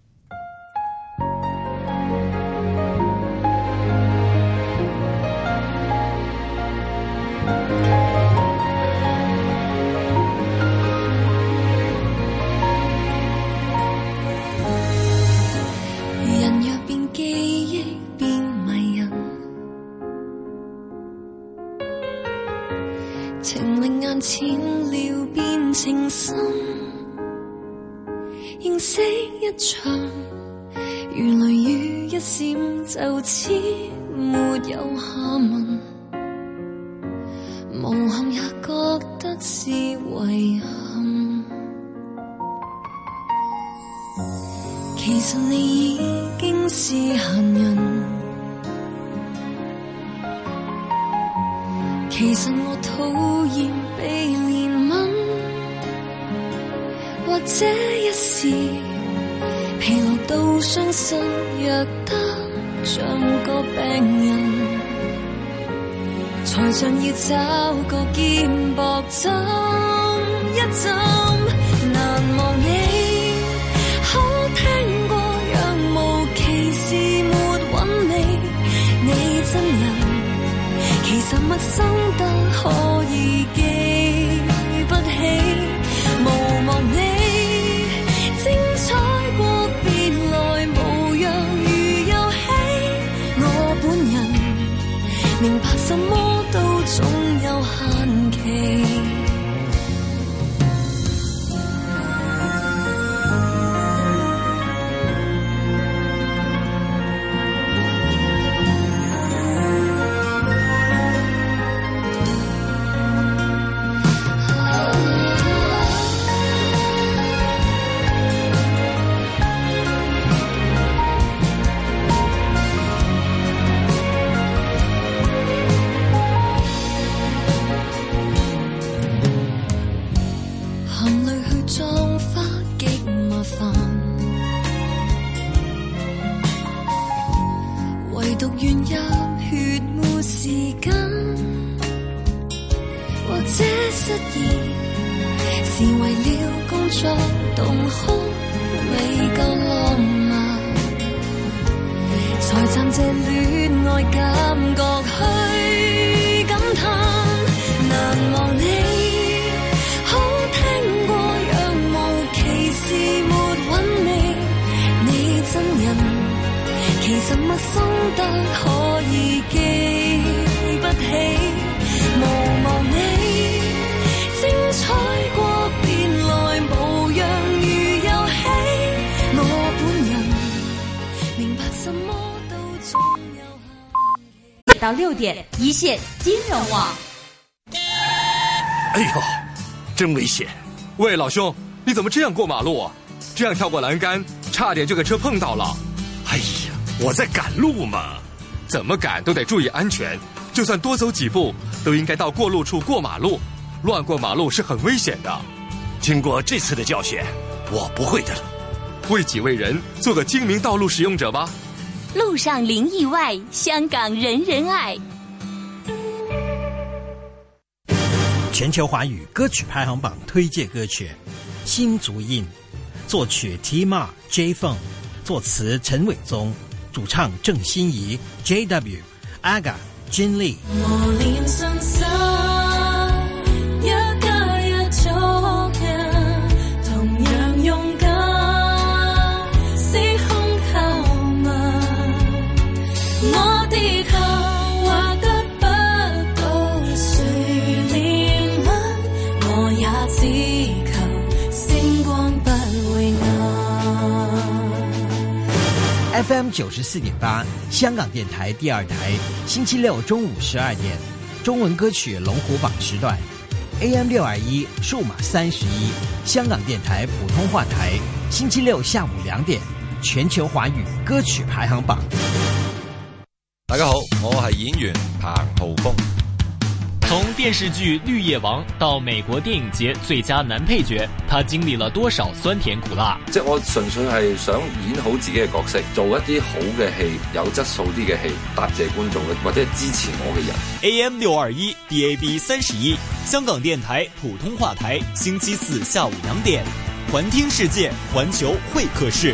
人若變記憶變迷人，情令眼淺了變情深，認識一場如雷雨一閃就此沒有下文，無憾也覺得是遺憾，其實你已經是閒人，其實我討厭被憐憫，或者一時疲勞到傷身，弱得像個病人，才想要找個肩膊枕一枕，難忘你可聽過若無其事沒韻味，你真人其實陌生得可以記不起，無望你精彩過別來無恙如遊戲，我本人明白什麼都總有限期。 失意，是為了工作動空未夠浪漫，才暫借戀愛感覺去感嘆，難忘你好聽過若無其事沒韻味，你真人其實陌生得可以記不起，無望你精彩過變來無恙如遊戲，我本人明白什麼都總有到六點一線金融網。 哎呦，真危险！喂，老兄，你怎么这样过马路啊？这样跳过栏杆，差点就给车碰到了。哎呀，我在赶路嘛，怎么赶都得注意安全，就算多走几步，都应该到过路处过马路。乱过马路是很危险的。 经过这次的教训，我不会的了。 为己为人，做个精明道路使用者吧。 路上零意外，香港人人爱。 全球华语歌曲排行榜推荐歌曲《新足印》，作曲 T-Mar J Feng， 作词陈伟宗，主唱郑欣宜 J W、Aga、金丽。 我連信心一加一足印，同樣勇敢，司空靠問，我跌後畫得不到誰憐憫，我也只求星光不會暗。 F M 九十四点八，香港电台第二台，星期六中午十二点，中文歌曲龙虎榜时段 ；A M 六二一数码三十一，香港电台普通话台，星期六下午两点，全球华语歌曲排行榜。 大家好，我係演員彭浩峰。 从电视剧《綠葉王》到美國電影節最佳男配角，他經歷了多少酸甜苦辣？ 即係我純粹係想演好自己嘅角色，做一啲好嘅戲，有質素啲嘅戲，答謝觀眾或者支持我嘅人。 A M 六二一 D A B 三十一，香港電台普通話台，星期四下午兩點，環聽世界，環球會客室。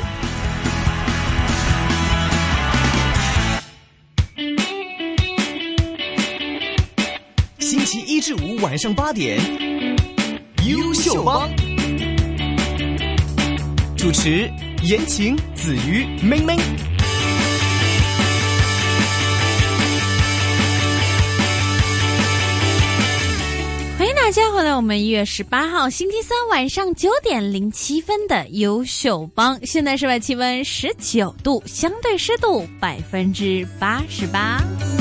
星期一至五晚上八點，優秀幫主持言情子瑜明明。 欢迎大家回来，我们一月十八号星期三晚上九点零七分的优秀帮，现在室外气温十九度，相对湿度百分之八十八。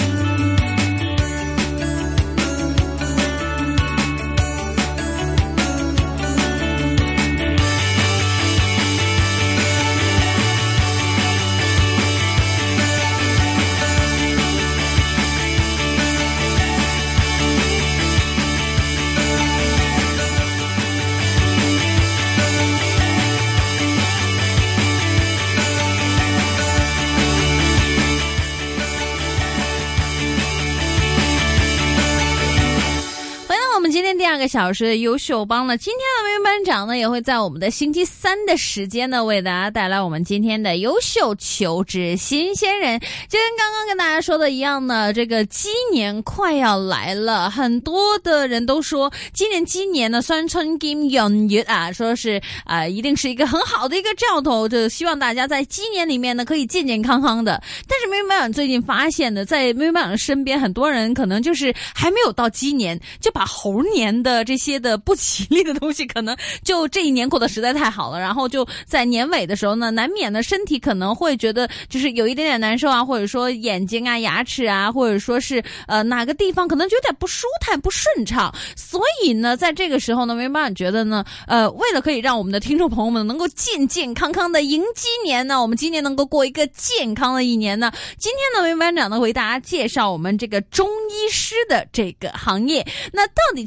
第二个小时的优秀帮呢，今天的梅班长呢也会在我们的星期三的时间呢为大家带来我们今天的优秀求职新鲜人。就跟刚刚跟大家说的一样呢，这个鸡年快要来了，很多的人都说今年鸡年呢双春兼閏月啊，说是啊、呃、一定是一个很好的一个兆头，就希望大家在鸡年里面呢可以健健康康的。但是梅班长最近发现的，在梅班长身边很多人可能就是还没有到鸡年就把猴年的这些的不吉利的东西，可能就这一年过得实在太好了，然后就在年尾的时候呢，难免的身体可能会觉得就是有一点点难受啊，或者说眼睛啊、牙齿啊，或者说是呃哪个地方可能就有点不舒坦、不顺畅。所以呢，在这个时候呢，梅班长觉得呢，呃，为了可以让我们的听众朋友们能够健健康康的迎鸡年呢，我们今年能够过一个健康的一年呢，今天呢，梅班长呢为大家介绍我们这个中医师的这个行业。那到底其实中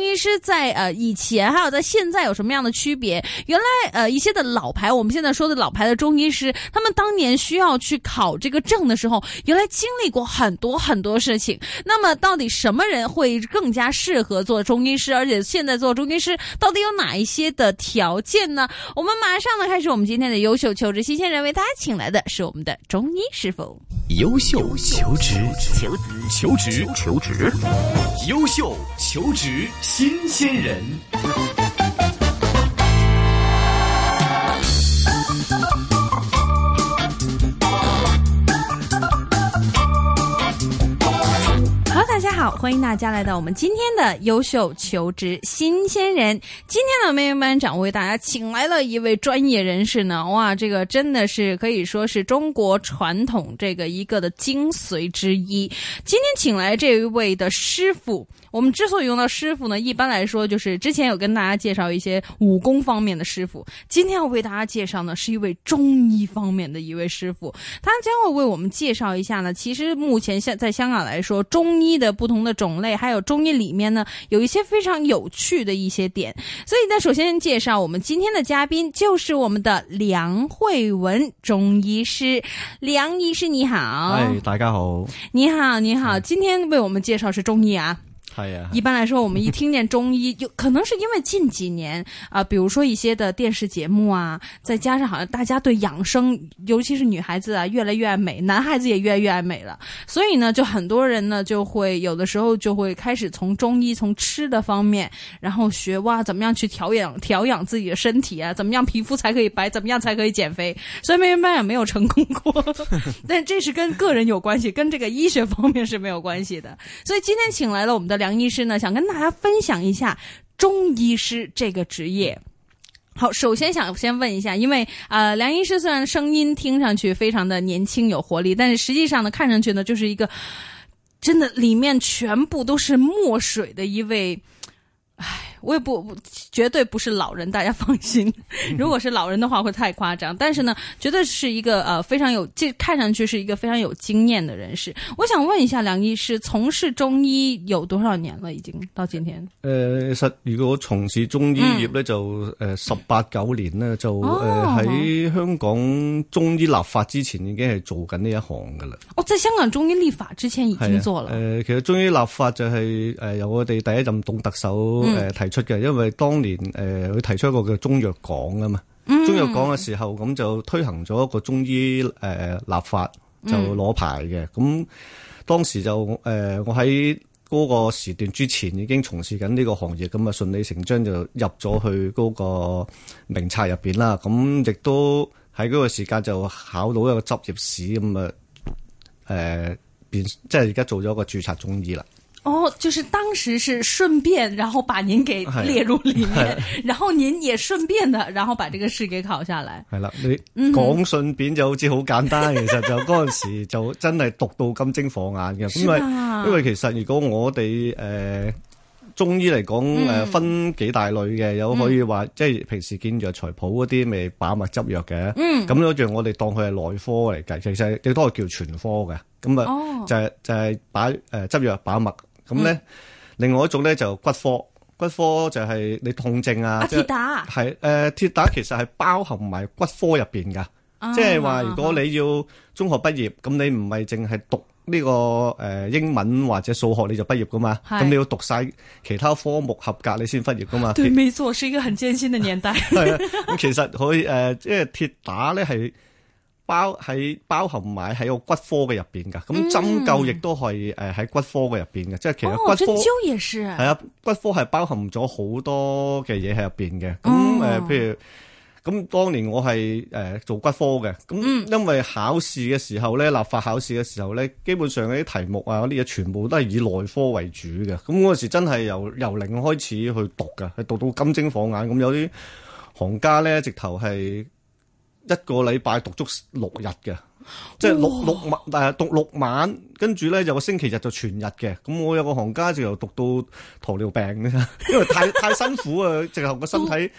中醫師在呃以前還有在現在有什麼樣的區別？原來呃一些的老牌，我們現在說的老牌的中醫師，他們當年需要去考這個證的時候，原來經歷過很多很多事情。那麼到底什麼人會更加適合做中醫師？而且現在做中醫師到底有哪一些的條件呢？我們馬上呢開始我們今天的優秀求職新鮮人，為大家請來的是我們的中醫師傅。 優秀求職，求職，求職，求職，優秀求職新鮮人。 好，大家好，歡迎大家來到我們今天的優秀求職新鮮人。今天呢，妹妹班長為大家請來了一位專業人士呢，哇，這個真的是可以說是中國傳統這個一個的精髓之一。今天請來這一位的師傅，我們之所以用到師傅呢，一般來說就是之前有跟大家介紹一些武功方面的師傅，今天要為大家介紹呢是一位中醫方面的一位師傅，他將會為我們介紹一下呢，其實目前在在香港來說，中醫的不同的種類，還有中醫裡面呢有一些非常有趣的一些點，所以呢首先介紹我們今天的嘉賓就是我們的梁慧文中醫師。梁醫師你好。 嗨，大家好。 你好你好，今天為我們介紹是中醫啊。 係啊， 一般來說，我們一聽見中醫，有可能是因為近幾年啊、呃，比如說一些的電視節目啊，再加上好像大家對養生，尤其是女孩子啊，越來越愛美，男孩子也越來越愛美了，所以呢，就很多人呢就會有的時候就會開始從中醫從吃的方面，然後學哇，怎麼樣去調養調養自己的身體啊，怎麼樣皮膚才可以白，怎麼樣才可以減肥。所以妹妹班也沒有成功過，但這是跟個人有關係，跟這個醫學方面是沒有關係的。所以今天請來了我們的梁醫師呢，想跟大家分享一下中醫師這個職業。好，首先想先問一下，因為呃，梁醫師雖然聲音聽上去非常的年輕有活力，但是實際上呢，看上去呢就是一個真的裡面全部都是墨水的一位。唉，我也不絕對不是老人，大家放心。如果是老人的話，會太誇張。但是呢，絕對是一個呃非常有，這看上去是一個非常有經驗的人士。我想問一下梁醫師，從事中醫有多少年了？已經到今天？ 誒、呃，實如果從事中醫業咧、嗯，就誒十八九年咧，就誒喺、呃、香港中醫立法之前已經係做緊呢一行噶啦。 哦，在香港中醫立法之前已經做了。誒、 呃，其實中醫立法就係、是、誒、呃、由我哋第一任董特首。誒、呃、提出嘅，因為當年誒佢、呃、提出一個叫中藥港啊嘛，嗯、中藥港嘅時候咁就推行咗一個中醫誒、呃、立法就攞牌嘅，咁、嗯、當時就誒、呃、我喺嗰個時段之前已經從事緊呢個行業，咁啊順理成章就入咗去嗰個名冊入邊啦，咁亦都喺嗰個時間就考到一個執業試，咁啊誒變即係而家做咗個註冊中醫啦。 哦，就是當時是順便，然後把您給列入裏面，然後您也順便的，然後把這個試給考下來。 係啦，你講順便就好似好簡單，嗯、其實就嗰陣時就真係讀到金睛火眼嘅。因為因為其實如果我哋誒、呃、中醫嚟講誒、呃、分幾大類嘅，有可以話、嗯、即係平時見藥材鋪嗰啲咪把脈執藥嘅，咁嗰樣我哋當佢係內科嚟計，其實亦都係叫全科嘅。咁啊、哦、就係、是、就係把誒執藥把脈。咁咧、嗯，另外一種咧就骨科，骨科就係你痛症啊， 鐵打係誒鐵打其實係包含埋骨科入邊噶，即係話如果你要中學畢業，咁你唔係淨係讀呢、這個誒、呃、英文或者數學你就畢業噶嘛，咁你要讀晒其他科目合格你先畢業噶嘛。 對，沒錯，是一個很艱辛的年代。 係啊，咁其實可以誒，即係鐵打咧係。包喺包含埋喺個骨科嘅入邊噶，咁針灸亦都係誒喺骨科嘅入邊嘅，即係其實骨科針灸也是係啊，骨科係包含咗好多嘅嘢喺入邊嘅。咁誒、呃，譬如咁當年我係誒、呃、做骨科嘅，咁因為考試嘅時候咧，立法考試嘅時候咧，基本上嗰啲題目啊嗰啲嘢全部都係以內科為主嘅。咁嗰時真係由由零開始去讀噶，係讀到金睛火眼。咁有啲行家咧，直頭係。一個禮拜讀足六日嘅，即係六六晚，誒讀六晚，跟住咧有個星期日就全日嘅。咁我有個行家就由讀到糖尿病嘅，因為太太辛苦啊，直頭個身體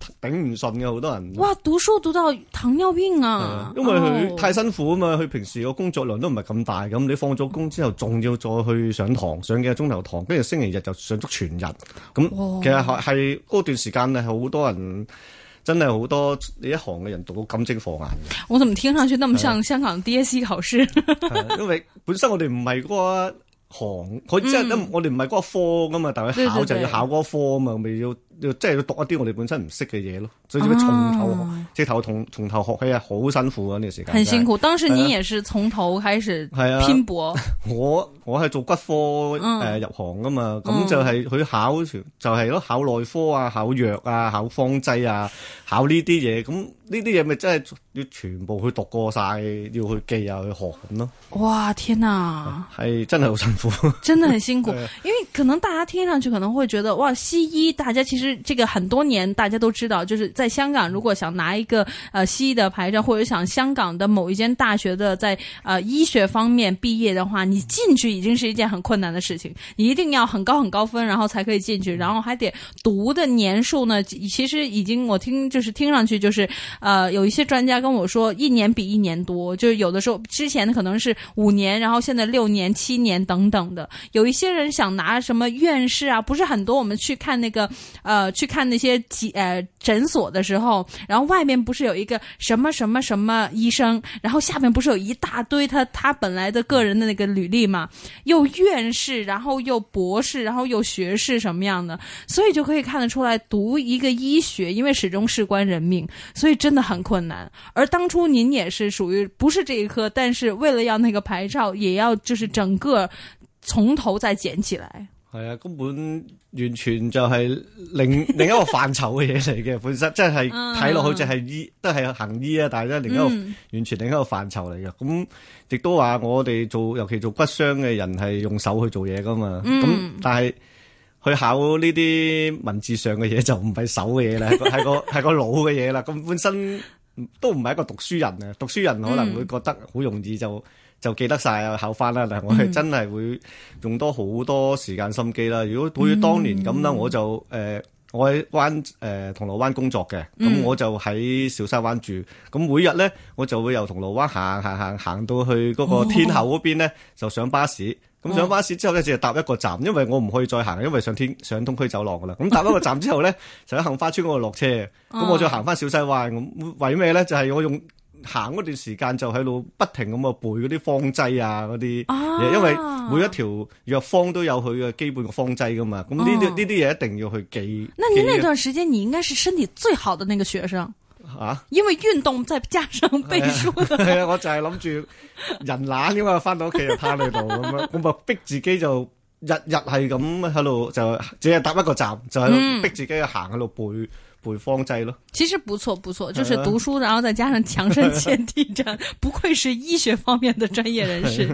頂唔順嘅好多人。 哇！讀書讀到糖尿病啊！ 因為佢太辛苦啊嘛，佢、哦、平時個工作量都唔係咁大，咁你放咗工之後，仲要再去上堂，上幾個鐘頭堂，跟住星期日就上足全日。咁、哦、其實係係嗰段時間咧，好多人真係好多呢一行嘅人讀到金睛火眼嘅。 我怎麼聽上去那麼像香港 D S E 考試？ 因為本身我哋唔係嗰個行，佢即係都我哋唔係嗰個科噶嘛，但係考就要考嗰個科啊嘛，咪要。要即係要讀一啲我哋本身唔識嘅嘢咯，所以要從頭學，啊、直頭從從頭學起啊，好辛苦啊呢個時間。 很辛苦，當時你也是從頭開始拼搏。 啊、我我係做骨科誒、嗯呃、入行噶嘛，咁、嗯、就係佢考就係、是、咯，考內科啊，考藥啊，考方劑啊，考呢啲嘢，咁呢啲嘢咪真係要全部去讀過晒，要去記啊，去學咁咯。 哇！天哪， 係真係好辛苦， 真的很辛苦，因為可能大家聽上去可能會覺得哇，西醫大家其實。這個很多年大家都知道，就是在香港，如果想拿一個呃西醫的牌照，或者想香港的某一間大學的在呃醫學方面畢業的話，你進去已經是一件很困難的事情，你一定要很高很高分，然後才可以進去，然後還得讀的年數呢，其實已經我聽就是聽上去就是呃有一些專家跟我說，一年比一年多，就是有的時候之前可能是五年，然後現在六年、七年等等的，有一些人想拿什麼院士啊，不是很多，我們去看那個呃。去看那些呃診所的時候，然後外面不是有一個什麼什麼什麼醫生，然後下面不是有一大堆他他本來的個人的那個履歷嘛，又院士，然後又博士，然後又學士什麼樣的，所以就可以看得出來，讀一個醫學，因為始終事關人命，所以真的很困難。而當初您也是屬於不是這一科，但是為了要那個牌照，也要就是整個從頭再撿起來。 係啊，根本完全就係另另一個範疇嘅嘢嚟嘅，本身即係睇落去就係醫，都係行醫啊，但係咧另一個、嗯、完全另一個範疇嚟嘅。咁亦都話我哋做，尤其做骨傷嘅人係用手去做嘢噶嘛。咁、嗯、但係去考呢啲文字上嘅嘢就唔係手嘅嘢啦，係個係個腦嘅嘢啦。咁本身都唔係一個讀書人啊，讀書人可能會覺得好容易就。就記得晒啊，考翻啦！但係我係真係會用多好多時間心機啦。如果好似當年咁啦、嗯，我就誒、呃、我喺灣誒銅鑼灣工作嘅，咁、嗯、我就喺小沙灣住。咁每日咧，我就會由銅鑼灣行行行行到去嗰個天后嗰邊咧，就上巴士。咁、哦、上巴士之後咧，就係搭一個站，因為我唔可以再行，因為上天上東區走廊噶啦。咁搭一個站之後咧，就喺杏花村嗰度落車。咁、哦、我再行翻小西灣。咁為咩咧？就係、是、我用。行嗰段時間就喺度不停咁啊背嗰啲方劑啊嗰啲嘢，因為每一條藥方都有佢嘅基本嘅方劑噶嘛。咁呢啲呢啲嘢一定要去記。 那您那段時間你應該是身體最好的那個學生啊， 因為運動再加上背書。 係啊，我就係諗住人懶噶嘛，翻到屋企就攤喺度咁樣，我咪逼自己就日日係咁喺度，就只係搭一個站，就喺度逼自己行喺度背。嗯背方劑咯， 其實不錯不錯，就是讀書，然後再加上強身健體，這樣不愧是醫學方面的專業人士。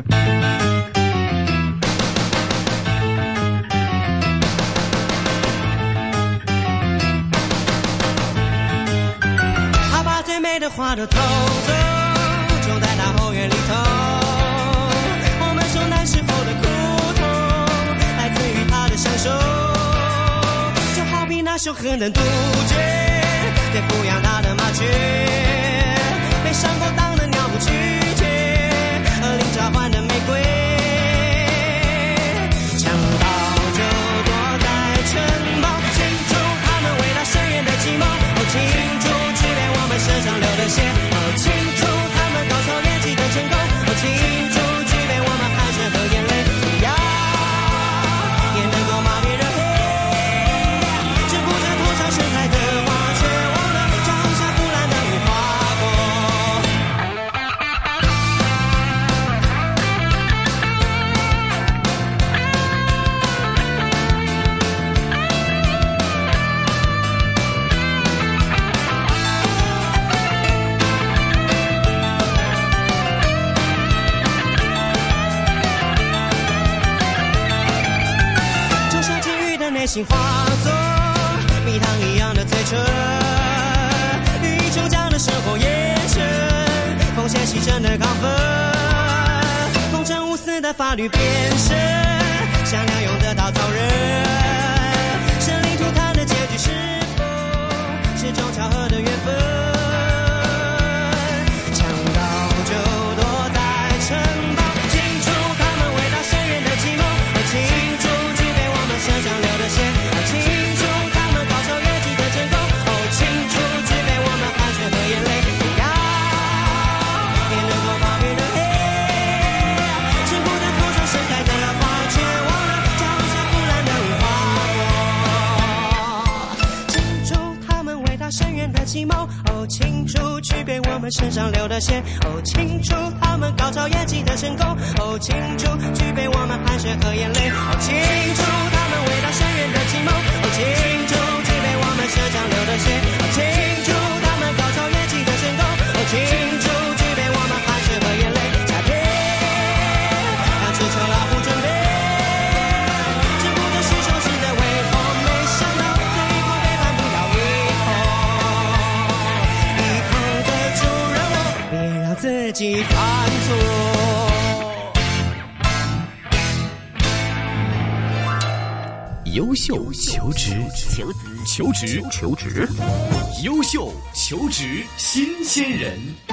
他把最美的花都偷走，種在大後院裏頭。我們受難時候的苦痛，來自於他的雙手。那兇狠的杜鵑，對撫養它的麻雀，被傷過當的鳥不拒絕，和林召喚的玫瑰，強盜就躲在城堡，清楚他們為他深遠的計謀，哦，清楚指點我們身上流的血，哦，清楚他們高超演技的成功，哦，清楚指點我們汗水和眼淚，不要也能夠麻痹人。盛開的花，卻忘了種下腐爛的無花果。就像禁欲的內心化作蜜糖一樣的嘴唇，予以抽獎的生活眼神，奉獻犧牲的亢奮，公正無私的法律變身，像兩用得到造人，生靈塗炭的結局是否是种巧合的缘分，想到就躲在城堡，清楚他们伟大深远的计谋，清楚具备我们身上流的血，清楚他们高超越级的成功，哦，清楚具备我们汗水和眼泪，不要变得多跑变得黑，赤裸的土上盛开的花，却忘了脚下腐烂的无花果，清楚他们伟大深远的计谋，哦，清楚具备我们身上流的血，哦，清楚他们高超越级的成功，哦，清楚具备我们汗水和眼泪，哦，清楚他们伟大深远的计谋，哦，清楚具备我们身上流的血，哦，清楚他们高超越级的成功，哦，清楚具备我们汗水和眼泪，夏天让赤秋老虎准备，只顾着是手时的微风，没想到这一口背叛不了以后，以后的主人我别让自己犯错。 优秀求职，求职，求职，求职，优秀求职新鲜人。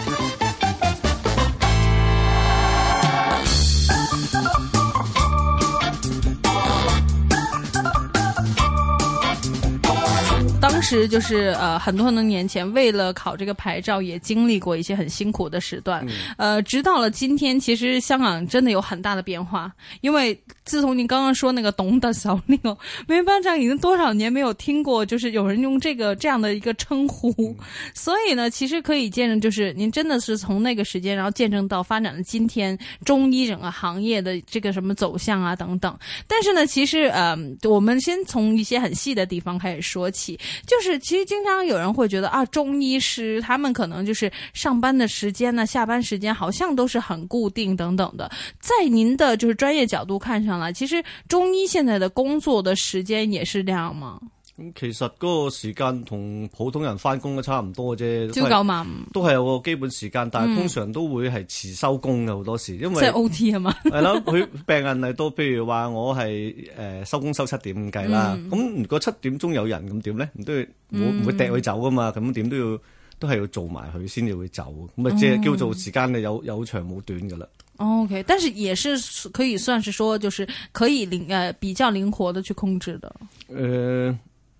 当时就是呃很多很多年前，为了考这个牌照，也经历过一些很辛苦的时段。嗯、呃，直到了今天，其实香港真的有很大的变化。因为自从您刚刚说那个董特首那个梅班长，已经多少年没有听过，就是有人用这个这样的一个称呼。嗯、所以呢，其实可以见证，就是您真的是从那个时间，然后见证到发展了今天中医整个行业的这个什么走向啊等等。但是呢，其实呃，我们先从一些很细的地方开始说起。就是其实经常有人会觉得啊，中医师他们可能就是上班的时间呢，下班时間好像都是很固定等等的。在您的就是專業角度看上來，其實中醫現在的工作的時間也是這樣嗎？ 咁其實嗰個時間同普通人翻工都差唔多啫， 朝九晚五都係有個基本時間，但係通常都會係遲收工嘅好多時，因為即係 O T 係嘛？ 係啦，佢病人嚟到，譬如話我係誒收工收七點咁計啦，咁、嗯、如果七點鐘有人咁點咧？唔都要唔唔會掟佢走噶嘛？咁點都要都係要做埋佢先至會走，咁啊即係叫做時間你有有長冇短噶啦。 OK， 但是也是可以算是說，就是可以靈誒比較靈活的去控制的。誒、呃。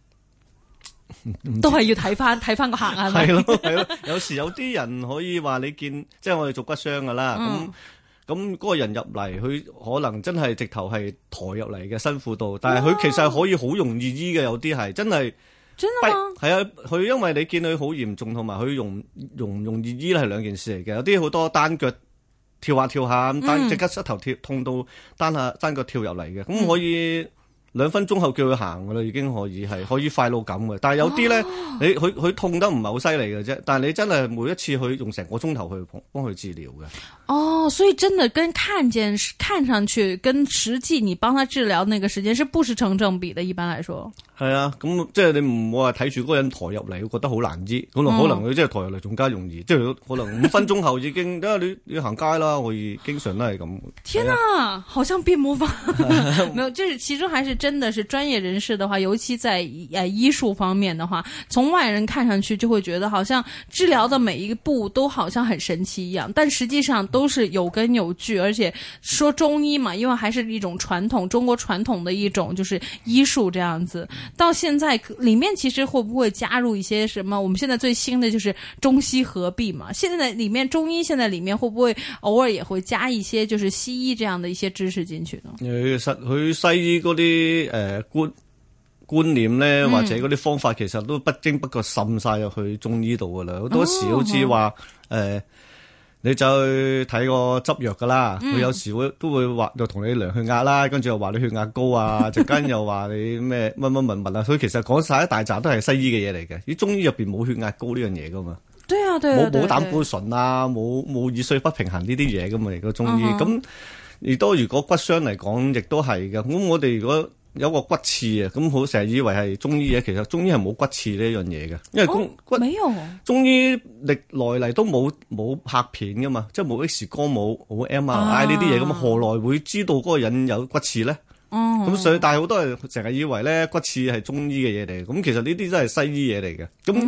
都係要睇翻睇翻個客啊， 係咯係咯，有時有啲人可以話你見，即係我哋做骨傷噶啦，咁咁嗰個人入嚟，佢可能真係直頭係抬入嚟嘅辛苦度，但係佢其實係可以好容易醫嘅，有啲係真係真係嗎？ 係啊，佢因為你見佢好嚴重，同埋佢容容唔容易醫咧係兩件事嚟嘅，有啲好多單腳跳下跳下，單即刻膝頭跳痛到單下單腳跳入嚟嘅，咁、嗯、可以。兩分鐘後叫佢行噶啦，已經可以係可以快到咁嘅。但係有啲咧，哦、你佢佢痛得唔係好犀利嘅啫。但係你真係每一次去用成個鐘頭去幫佢治療嘅。 哦，所以真的跟看見看上去跟實際你幫他治療那個時間是不是成正比的？一般來說係啊，咁即係你唔好話睇住嗰個人抬入嚟，覺得好難醫。可能、嗯、可能佢真係抬入嚟仲加容易，即係可能五分鐘後已經，因為你你行街啦，我已經常都係咁。 天啊，好像變魔法，沒有，就是其中還是。真的是專業人士的話，尤其在呃醫術方面的話，從外人看上去就會覺得好像治療的每一步都好像很神奇一樣，但實際上都是有根有據。而且說中醫嘛，因為還是一種傳統中國傳統的一種就是醫術這樣子。到現在裡面其實會不會加入一些什麼？我們現在最新的就是中西合璧嘛。現在裡面中醫現在裡面會不會偶爾也會加一些就是西醫這樣的一些知識進去呢？ 其實佢西醫嗰啲。誒、呃、觀觀念咧，或者嗰啲方法，其實都不經不覺滲晒入去中醫度噶啦。好多時好似話誒，你就去睇個執藥噶啦，佢、嗯、有時會都會話就同你量血壓啦，跟住又話你血壓高啊，陣間又話你咩乜乜物物啊。所以其實講晒一大紮都係西醫嘅嘢嚟嘅。啲中醫入邊冇血壓高呢樣嘢噶嘛。 對啊，對啊， 冇冇膽固醇啊，冇冇耳水不平衡呢啲嘢噶嘛。而家中醫咁，亦都如果骨傷嚟講，亦都係嘅。咁我哋如果有個骨刺啊，咁好成日以為係中醫嘅，其實中醫係冇骨刺呢樣嘢嘅，因為骨、哦、骨中醫歷來嚟都冇冇拍片噶嘛，即係冇 X 光冇冇 M R I 呢啲嘢，咁、啊、何來會知道嗰個人有骨刺咧？咁、嗯、所以但係好多人成日以為咧骨刺係中醫嘅嘢嚟，咁其實呢啲真係西醫嘢嚟嘅，咁。嗯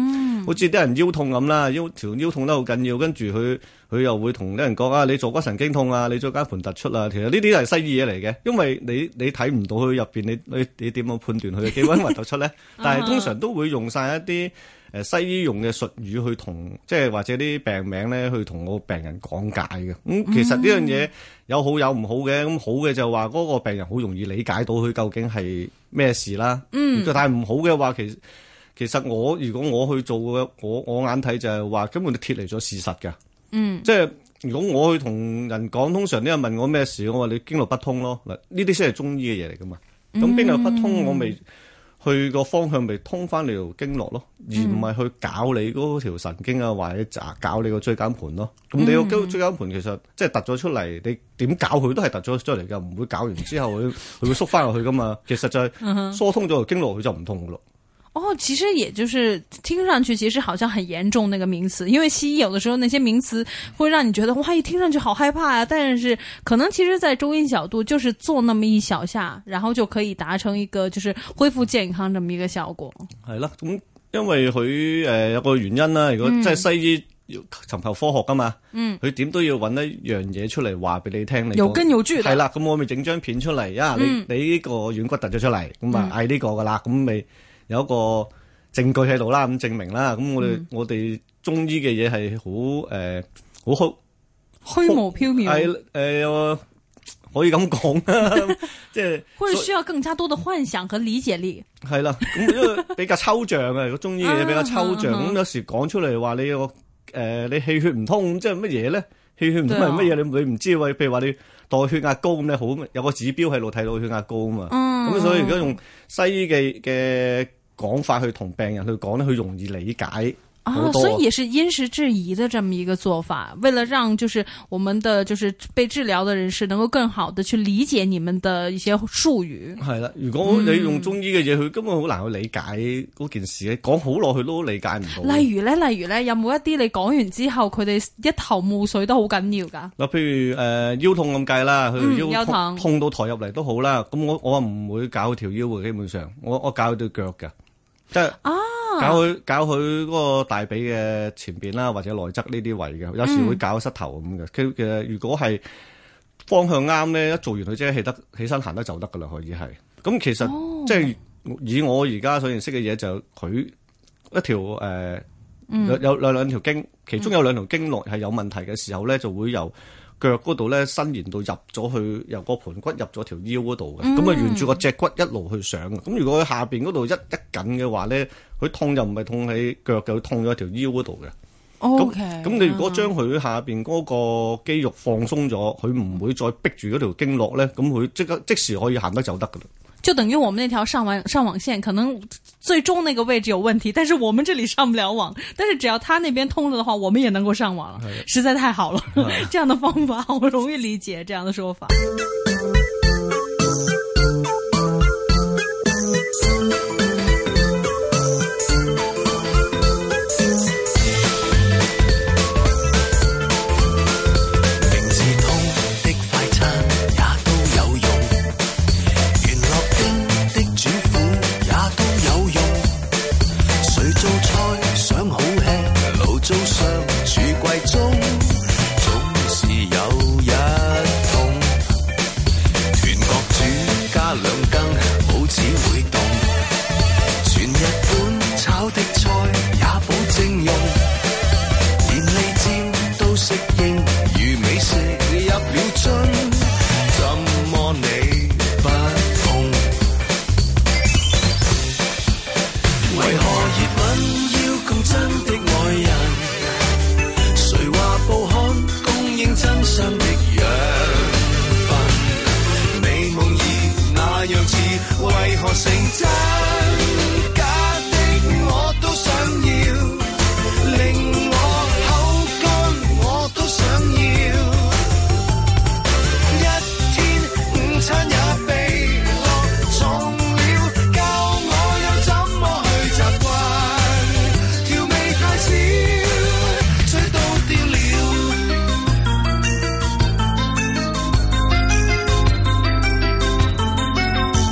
好似啲人腰痛咁啦，腰條腰痛得好緊要，跟住佢佢又會同啲人講啊，你坐骨神經痛啊，你椎間盤突出啊，其實呢啲係西醫嘢嚟嘅，因為你你睇唔到佢入邊，你你你點樣判斷佢嘅幾溫或突出咧？但係通常都會用晒一啲誒西醫用嘅術語去同，即係或者啲病名咧去同個病人講解嘅。咁、嗯、其實呢樣嘢有好有唔好嘅，咁好嘅就話嗰個病人好容易理解到佢究竟係咩事啦。嗯，但係唔好嘅話，其實其實我如果我去做嘅，我我眼睇就係話根本就脫離咗事實㗎。嗯，即係如果我去同人講，通常啲人問我咩事，我話你經絡不通咯。嗱，呢啲先係中醫嘅嘢嚟噶嘛。咁經絡不通，我咪去個方向咪通翻你條經絡咯，而唔係去搞你嗰條神經啊，或者搞你個椎間盤咯。咁你個椎間盤其實即係突咗出嚟，你點搞佢都係突咗出嚟噶，唔會搞完之後佢佢會縮翻落去噶嘛。其實就係疏通咗條經絡，佢就唔痛噶咯。 哦，其實也就是聽上去其實好像很嚴重那個名詞，因為西醫有的時候那些名詞會讓你覺得哇，一聽上去好害怕啊，但是可能其實在中醫角度就是做那麼一小下，然後就可以達成一個就是恢復健康這麼一個效果。係啦，咁因為佢誒、呃、有個原因啦，如果即係西醫要尋求科學噶嘛，嗯，佢點都要揾一樣嘢出嚟話俾你聽，你有根有據。係啦，咁我咪整張片出嚟啊，你你呢個軟骨突咗出嚟，咁啊嗌呢個噶啦，咁咪。有一個證據喺度啦，咁證明啦，咁我哋、嗯、我哋中醫嘅嘢係好誒好虛虛無縹緲，係誒、呃、可以咁講啦，即係或者需要更加多的幻想和理解力。係啦，咁因為比較抽象嘅，如果中醫嘅嘢比較抽象，咁有時講出嚟話你個誒、呃、你氣血唔通，即係乜嘢咧？氣血唔通係乜嘢？你你唔知喎，譬如話你代血壓高咁，你好有個指標喺度睇到血壓高啊嘛。咁、嗯、所以如果用西醫嘅嘅講法去同病人去講咧，佢容易理解。啊，所以也是因時制宜的這麼一個做法，為了讓就是我們的就是被治療的人士能夠更好的去理解你們的一些術語。係啦，如果你用中醫嘅嘢，佢根本好難去理解嗰件事嘅，講好耐佢都理解唔到。例如咧，例如咧，有冇一啲你講完之後，佢哋一頭霧水都好緊要噶？嗱，譬如誒、呃、腰痛咁計啦，佢腰痛、嗯、痛到抬入嚟都好啦，咁我我唔會搞條腰嘅，基本上我我搞對腳嘅。即係搞佢搞佢嗰個大髀嘅前邊啦，或者內側呢啲位嘅，有時會搞膝頭咁嘅。佢嘅如果係方向啱咧，一做完佢即係起得起身行得就得噶啦，可以係。咁其實、哦、即係以我而家所認識嘅嘢，就佢一條誒、呃嗯、有有兩兩條經，其中有兩條經絡係有問題嘅時候咧，就會由腳嗰度咧伸延到入咗去，由個盤骨入咗條腰嗰度嘅，咁啊、嗯、沿住個脊骨一路去上嘅。咁如果佢下邊嗰度一一緊嘅話咧，佢痛就唔係痛喺腳，就痛咗條腰嗰度嘅。O K，咁你如果將佢下邊嗰個肌肉放鬆咗，佢唔會再逼住嗰條經絡咧，咁佢即刻即時可以行得走得噶啦。就等於我們那條上網上網線可能最終那個位置有問題，但是我們這裡上不了網，但是只要他那邊通了的話，我們也能夠上網，實在太好了。這樣的方法好容易理解，這樣的說法。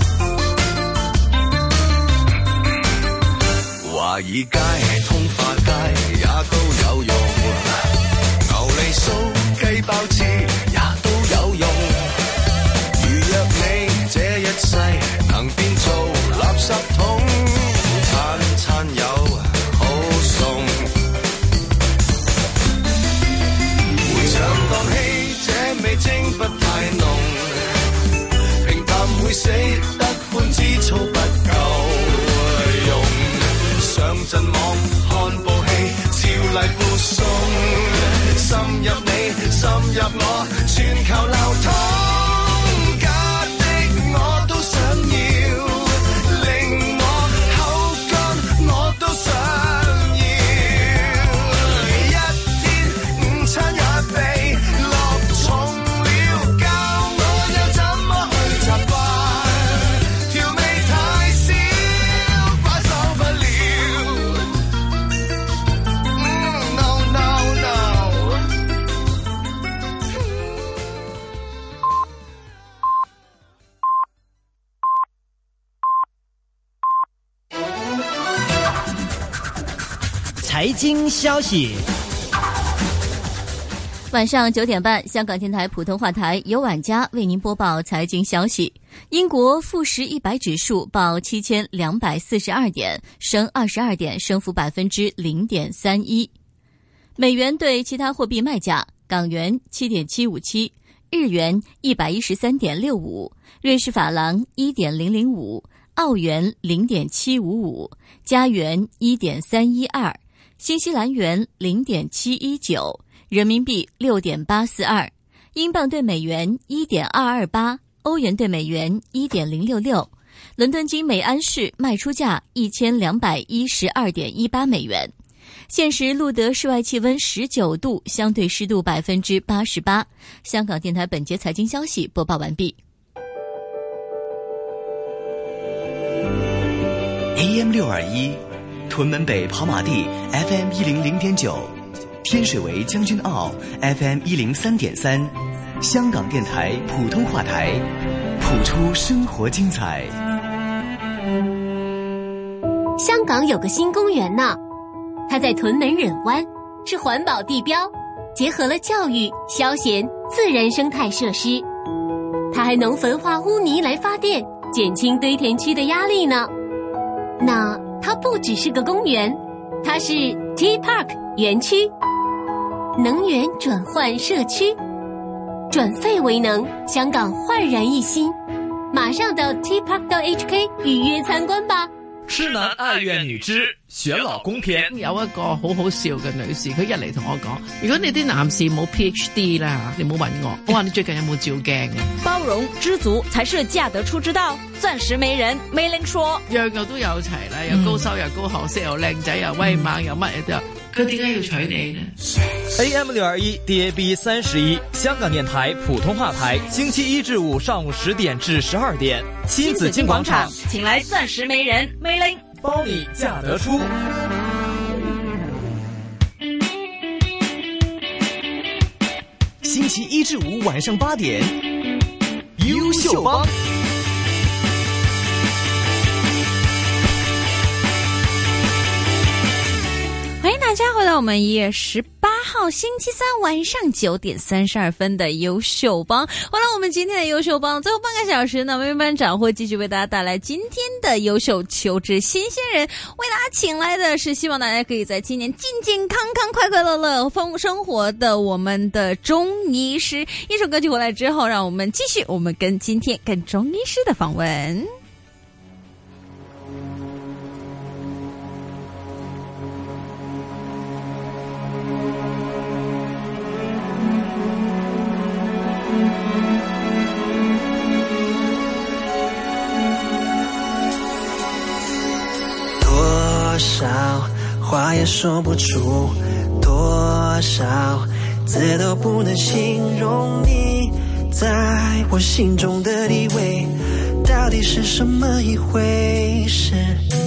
華爾街通化街财经消息。 晚上九点半，香港电台普通话台由晚家为您播报财经消息。英国富时一百指数报七千两百四十二点，升二十二点，升幅百分之零点三一。美元对其他货币卖价：港元七点七五七，日元一百一十三点六五，瑞士法郎一点零零五，澳元零点七五五，加元一点三一二，新西兰元零点七一九。人民币六点八四二，英镑对美元一点二二八，欧元对美元一点零六六。伦敦金每安士卖出价一千两百一十二点一八美元。现时录得室外气温十九度，相对湿度百分之八十八。香港电台本节财经消息播报完毕。 A M 六二一，屯门北跑马地 F M 一零零点九。天水围将军澳 F M 一零三点三，香港电台普通话台，谱出生活精彩。 香港有个新公园呢，它在屯门忍湾，是环保地标，结合了教育、消闲、自然生态设施。它还能焚化污泥来发电，减轻堆填区的压力呢。那它不只是个公园，它是 T Park 园区。能源转换社区，转废为能，香港焕然一新。马上到 T Park 到 H K 預約參觀吧。 痴男愛怨女之選老公篇。 有一個好好笑嘅女士，佢一嚟同我講：如果你啲男士冇 P H D 啦，你唔好問我。我話你最近有冇照鏡啊？ 包容知足才是嫁得出之道。鑽石媒人梅玲說： 樣樣都有齊啦，又高收入、高學識、又靚仔、又威猛、又乜嘢都有。佢點解要娶你呢 ？A M 六二一 D A B 三十一，香港電台普通話台，星期一至五上午十點至十二點，新紫荊廣場， 請來鑽石媒人梅玲， 包你嫁得出。 星期一至五晚上八點，優秀幫。 欢迎大家回到我们一月十八号星期三晚上九点三十二分的优秀帮。回来我们今天的优秀帮最后半个小时呢，梅班长会继续为大家带来今天的优秀求职新鲜人，为大家请来的是希望大家可以在今年健健康康快快乐乐丰生活的我们的中医师。一首歌曲回来之后，让我们继续我们跟今天跟中医师的访问。 多少话也说不出，多少字都不能形容你在我心中的地位，到底是什么一回事？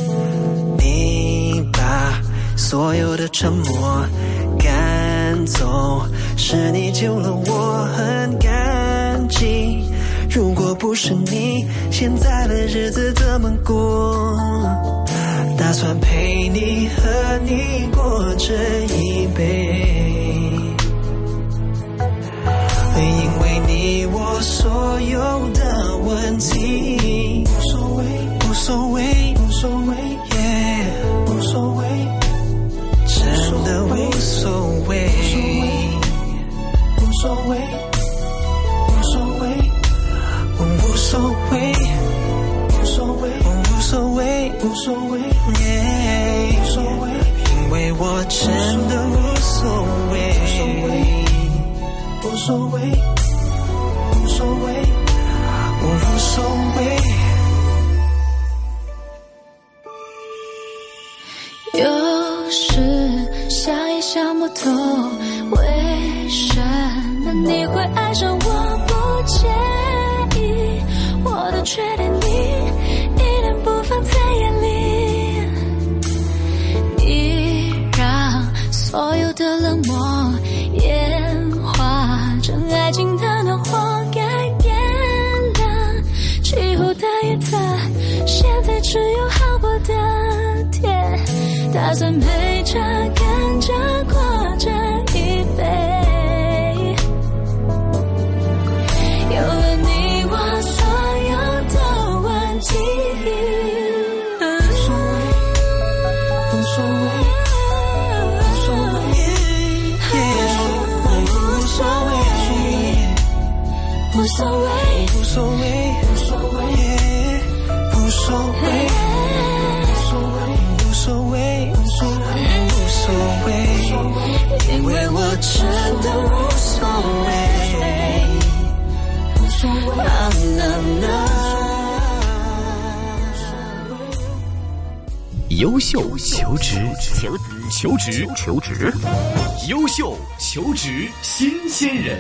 你把所有的沉默赶走，是你救了我很感激，如果不是你，现在的日子怎么过？打算陪你和你过这一辈，因为你我所有的问题无所谓，无所谓，无所谓，耶，无所谓，真的无所谓，无所谓，无所谓，无所谓，无所谓，无所谓，无所谓，耶，无所谓，因为我真的无所谓，无所谓，无所谓，无所谓。 有时想也想不透，为什么你会爱上我？不介意我的缺点，你一点不放在眼里，你让所有的冷漠演化成爱情的暖和，改变了气候的叶子，现在只有好过的甜， 打算陪着看着过这一杯，有了你我所有的问题，无所谓无所谓无所谓无所谓无所谓无所谓无所谓无所谓无所谓无所谓，因为我真的无所谓无所谓啊啦啦。 优秀求职，求职，求职，求职，优秀求职新鲜人。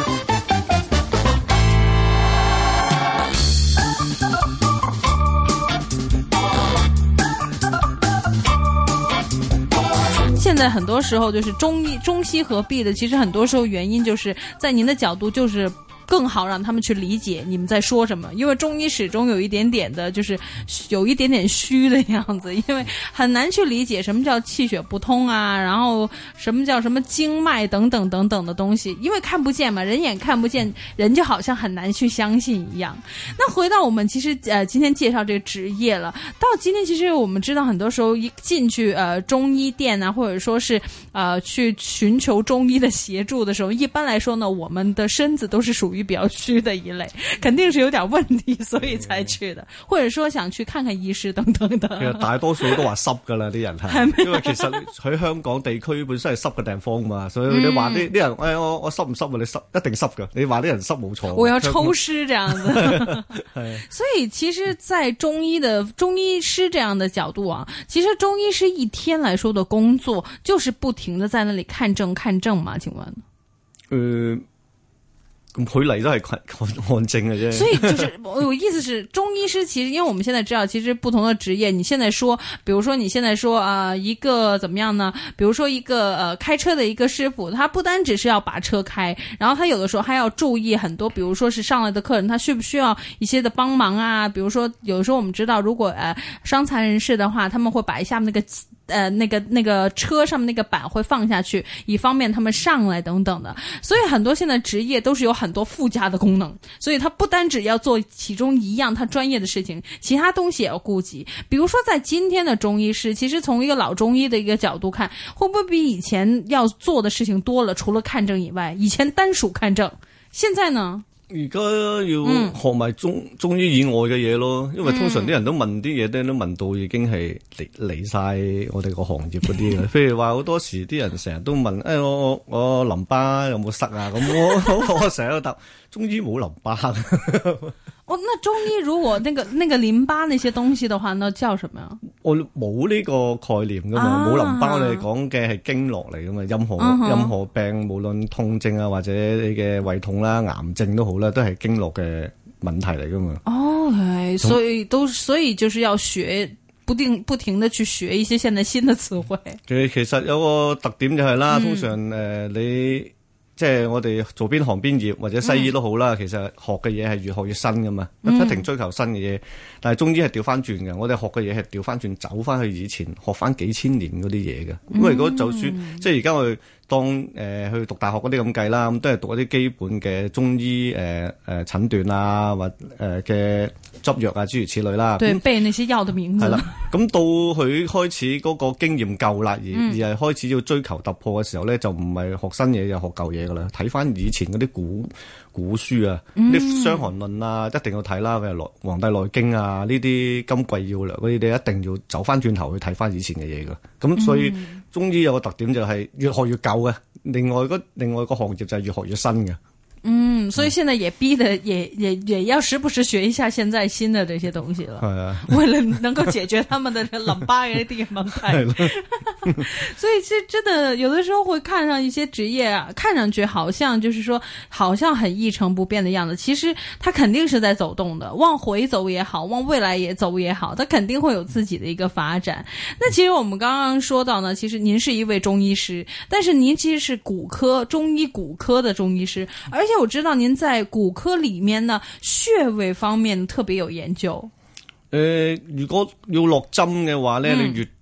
现在很多时候就是中医中西合璧的，其实很多时候原因就是在您的角度就是更好让他们去理解你们在说什么，因为中医始终有一点点的就是有一点点虚的样子，因为很难去理解什么叫气血不通啊，然后什么叫什么经脉等等等等的东西，因为看不见嘛，人眼看不见，人就好像很难去相信一样。那回到我们其实呃今天介绍这个职业了，到今天其实我们知道很多时候一进去呃中医店啊，或者说是呃去寻求中医的协助的时候，一般来说呢，我们的身子都是属于比较虚的一类，肯定是有点問題，所以才去的，或者說想去看看醫師等等的。 其實大多數都話濕噶啦，啲人係，因為其實喺香港地區本身係濕嘅地方嘛，所以你話啲啲人，哎我我濕唔濕啊？你濕一定濕噶，你話啲人濕冇錯。 我要抽濕這樣子。所以其實，在中醫的中醫師這樣的角度啊，其實中醫師一天來說的工作，就是不停的在那裡看症看症嘛？請問？ 呃。佢嚟都係看看看症嘅啫， 所以就是我意思是，中醫師其實，因為我們現在知道，其實不同的職業，你現在說，比如說你現在說啊、呃，一個怎麼樣呢？比如說一個呃開車的一個師傅，他不單只是要把車開，然後他有的時候還要注意很多，比如說是上來的客人，他需不需要一些的幫忙啊？比如說有時候我們知道，如果呃傷殘人士的話，他們會把一下那個。呃，那個那個車上面那個板會放下去，以方便他們上來等等的。所以很多現在職業都是有很多附加的功能，所以他不單只要做其中一樣他專業的事情，其他東西也要顧及。比如說在今天的中醫師，其實從一個老中醫的一個角度看，會不會比以前要做的事情多了？除了看症以外，以前單屬看症，現在呢？ 而家要學埋中、嗯、中醫以外嘅嘢咯，因為通常啲人都問啲嘢咧，都問到已經係離離曬我哋個行業嗰啲嘅。譬如話好多時啲人成日都問，誒、哎、我我我淋巴有冇塞啊？咁我我成日都答中醫冇淋巴。 哦，那中醫如果那個那個淋巴那些東西的話，那叫什麼呀？ 我冇呢個概念噶嘛，冇、啊、淋巴我哋講嘅係經絡嚟噶嘛，任何、嗯、任何病，無論痛症啊或者你嘅胃痛啦、癌症都好啦，都係經絡嘅問題嚟噶嘛。 哦，係，所以都所以就是要學，不定不停的去學一些現在新的詞彙。 其其實有個特點就係啦，通常誒、呃、你。即係我哋做邊行邊業或者西醫都好啦、嗯，其實學嘅嘢係越學越新噶嘛，不、嗯、停追求新嘅嘢。但係中醫係調翻轉嘅，我哋學嘅嘢係調翻轉，走翻去以前學翻幾千年嗰啲嘢嘅。因為如果就算、嗯、即係而家我哋當誒、呃、去讀大學嗰啲咁計啦，咁都係讀一啲基本嘅中醫誒誒診斷啊，或誒嘅執藥啊諸如此類啦。 對，背那些藥的名字。係啦，咁到佢開始嗰個經驗夠啦，而、嗯、而係開始要追求突破嘅時候咧，就唔係學新嘢，又學舊嘢噶啦。睇翻以前嗰啲古古書啊，啲、嗯、傷寒論啊，一定要睇啦。譬如《黃帝內經》啊，呢啲金匱要略嗰啲，你一定要走翻轉頭去睇翻以前嘅嘢噶。咁所以、嗯、中醫有個特點就係越學越舊嘅，另外嗰另外個行業就係越學越新嘅。 嗯，所以現在也逼得也也也要時不時學一下現在新的這些東西了，係啊，為了能夠解決他們的淋巴嘅啲問題。所以其實真的有的時候會看上一些職業啊，看上去好像就是說好像很一成不變的樣子，其實它肯定是在走動的，往回走也好，往未來也走也好，它肯定會有自己的一個發展。那其實我們剛剛說到呢，其實您是一位中醫師，但是您其實是骨科中醫骨科的中醫師，而且我知道您在骨科裏面呢，穴位方面特別有研究。 誒、呃，如果要落針嘅話咧、嗯，你越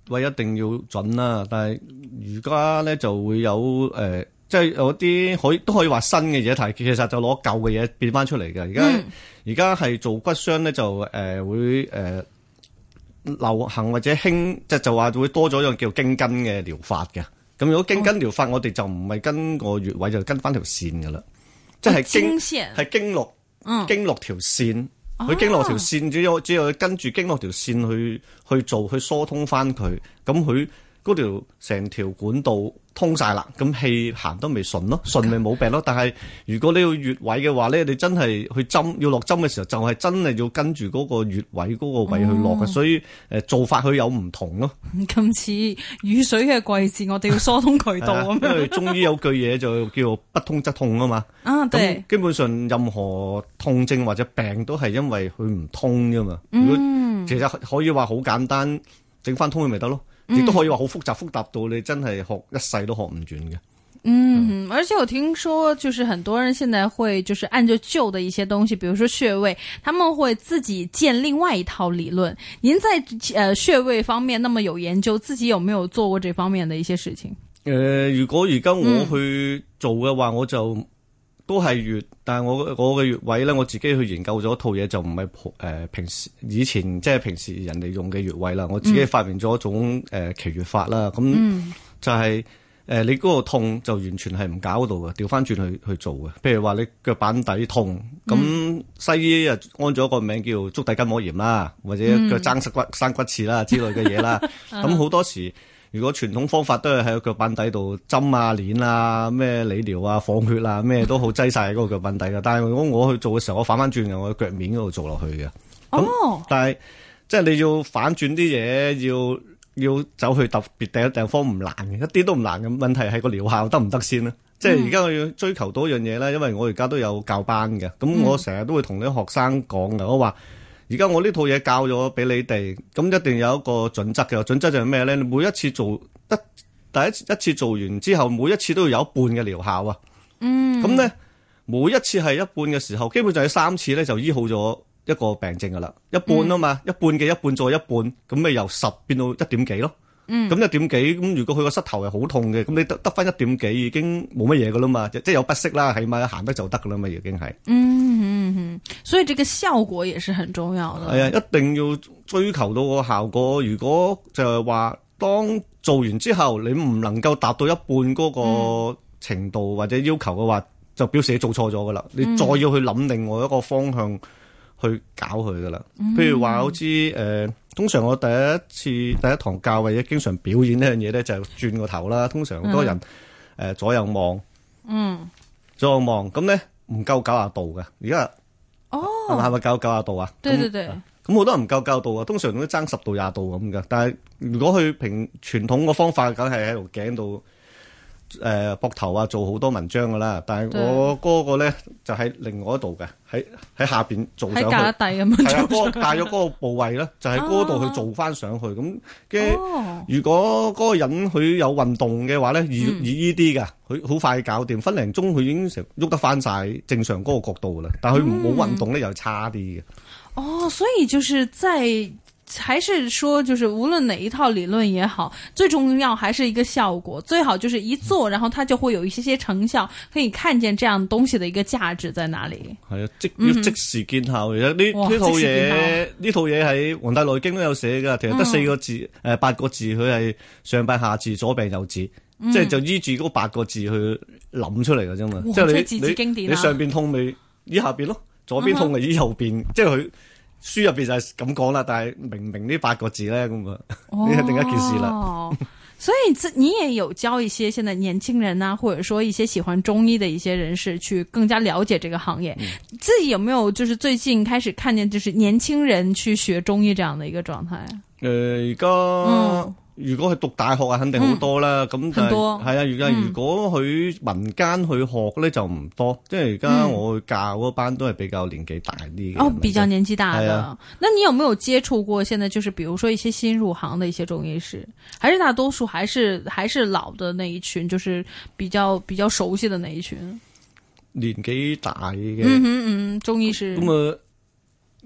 位一定要準啦，但係而家咧就會有誒、呃，即係有啲可以都可以話新嘅嘢，但係其實就攞舊嘅嘢變翻出嚟嘅。而家而家係做骨傷咧就誒、呃、會誒、呃、流行或者興，即係就話會多咗一樣叫經筋嘅療法嘅。咁如果經筋療法，哦、我哋就唔係跟個穴位，就跟翻條線噶啦，即係經係經絡，嗯、經絡條線。佢經絡條線，只要只要跟住經絡條線去去做，去疏通翻佢，咁佢嗰條成條管道通晒啦，咁氣行得咪順咯，順咪冇病咯。但係如果你要穴位嘅話咧，你真係去針要落針嘅時候，就係、是、真係要跟住嗰個穴位嗰、那個位去落嘅，哦、所以誒做法佢有唔同咯。 咁似雨水嘅季節，我哋要疏通渠道咁樣。因為中醫有句嘢就叫做不通則痛啊嘛。啊，對。基本上任何痛症或者病都係因為佢唔通啫嘛。嗯、如果其實可以話好簡單，整翻通佢咪得咯。亦都可以話好複雜，複雜到你真係學一世都學唔完嘅。 嗯，而且我聽說，就是很多人現在會就是按照舊的一些東西，比如說穴位，他們會自己建另外一套理論。您在呃穴位方面那麼有研究，自己有沒有做過這方面的一些事情？ 誒、呃，如果而家我去做嘅話，嗯、我就都係穴，但係我我嘅穴位咧，我自己去研究咗一套嘢，就唔係誒平時以前即係平時人哋用嘅穴位啦。我自己發明咗一種誒奇穴法啦。咁、嗯、就係、是、誒、呃、你嗰個痛就完全係唔搞嗰度嘅，調翻轉去去做嘅。譬如話你腳板底痛，咁、嗯、西醫啊安咗一個名叫足底筋膜炎啦，或者腳踭塞骨生骨刺啦之類嘅嘢啦。咁好多時。如果傳統方法都係喺個腳板底度針啊、鏈啊、咩理療啊、放血啊，咩都好擠晒喺嗰個腳板底嘅。但係如果我去做嘅時候，我反翻轉嘅，我喺腳面嗰度做落去嘅。咁、哦，但係即係你要反轉啲嘢，要要走去特別第一地方唔難嘅，一啲都唔難嘅。問題係個療效得唔得先咧？嗯、即係而家我要追求到一樣嘢咧，因為我而家都有教班嘅，咁我成日都會同啲學生講嘅，我話。而家我呢套嘢教咗俾你哋，咁一定有一個準則嘅。準則就係咩咧？你每一次做得第一一次做完之後，每一次都要有一半嘅療效啊。嗯。咁咧，每一次係一半嘅時候，基本上有三次咧就醫好咗一個病症噶啦。一半啊嘛，嗯、一半嘅一半再一半，咁咪由十變到一點幾咯。嗯。咁一點幾，咁如果佢個膝頭係好痛嘅，咁你得得翻一點幾已經冇乜嘢噶啦嘛，即係有不適啦，起碼行得就得噶啦嘛，已經係。嗯嗯嗯，所以這個效果也是很重要的。 係啊，一定要追求到個效果。如果就係話，當做完之後你唔能夠達到一半嗰個程度或者要求嘅話，嗯、就表示你做錯咗噶啦。你再要去諗另外一個方向去搞佢噶啦。嗯、譬如話好似誒。通常我第一次第一堂教或者經常表演呢樣嘢咧，就係轉個頭啦。通常好多人誒、嗯呃、左右望，嗯，左右望咁咧唔夠九十度嘅。而家哦，係咪係咪夠九十度啊？ 對對對。 咁好多人唔夠九十度啊，通常都爭十度廿度咁嘅。但係如果佢平傳統個方法，梗係喺度頸度。誒，膊頭啊，做好多文章噶啦，但係我嗰個咧就喺另外一度嘅，喺喺下邊做上去，喺架底咁樣，係啊，嗰個帶咗嗰個部位咧，就喺嗰度去做翻上去，咁嘅。如果嗰個人佢有運動嘅話咧，易易呢啲嘅，佢好快搞掂，分零鐘佢已經成喐得翻晒正常嗰個角度噶啦。但係佢冇運動咧，又差啲嘅。 哦，所以就是在。還是說，就是無論哪一套理論也好，最重要還是一個效果，最好就是一做，然後它就會有一些些成效，可以看見這樣東西的一個價值在哪裡。 係啊，即要即時見效嘅。呢呢套嘢呢套嘢喺《黃帝內經》都有寫噶，其實得四個字，誒、嗯呃、八個字，佢係上病下治，左病右治，嗯、即係就依住嗰八個字去諗出嚟嘅啫嘛。即係你字字經典、啊、你，你上邊痛咪醫下邊咯，左邊痛咪醫右邊，嗯、即係佢。書入邊就係咁講啦，但係明明呢八個字咧，咁啊，呢係另一件事啦。 哦，所以你也有教一些現在年輕人啊，或者說一些喜歡中醫的一些人士，去更加了解這個行業。嗯、自己有沒有就是最近開始看見，就是年輕人去學中醫這樣的一個狀態？ 誒、呃，而家。嗯如果佢讀大學啊，肯定好多啦。咁、嗯、就係、是、啊，而家如果佢民間去學咧，就唔多。即係而家我去教嗰班都係比較年紀大啲嘅。哦， 比較年紀大嘅。啊、那你有沒有接觸過？現在就是，比如說一些新入行的一些中醫師，還是大多數還是還是老的那一群，就是比較比較熟悉的那一群。 年紀大嘅， 嗯哼嗯，中醫師。咁啊。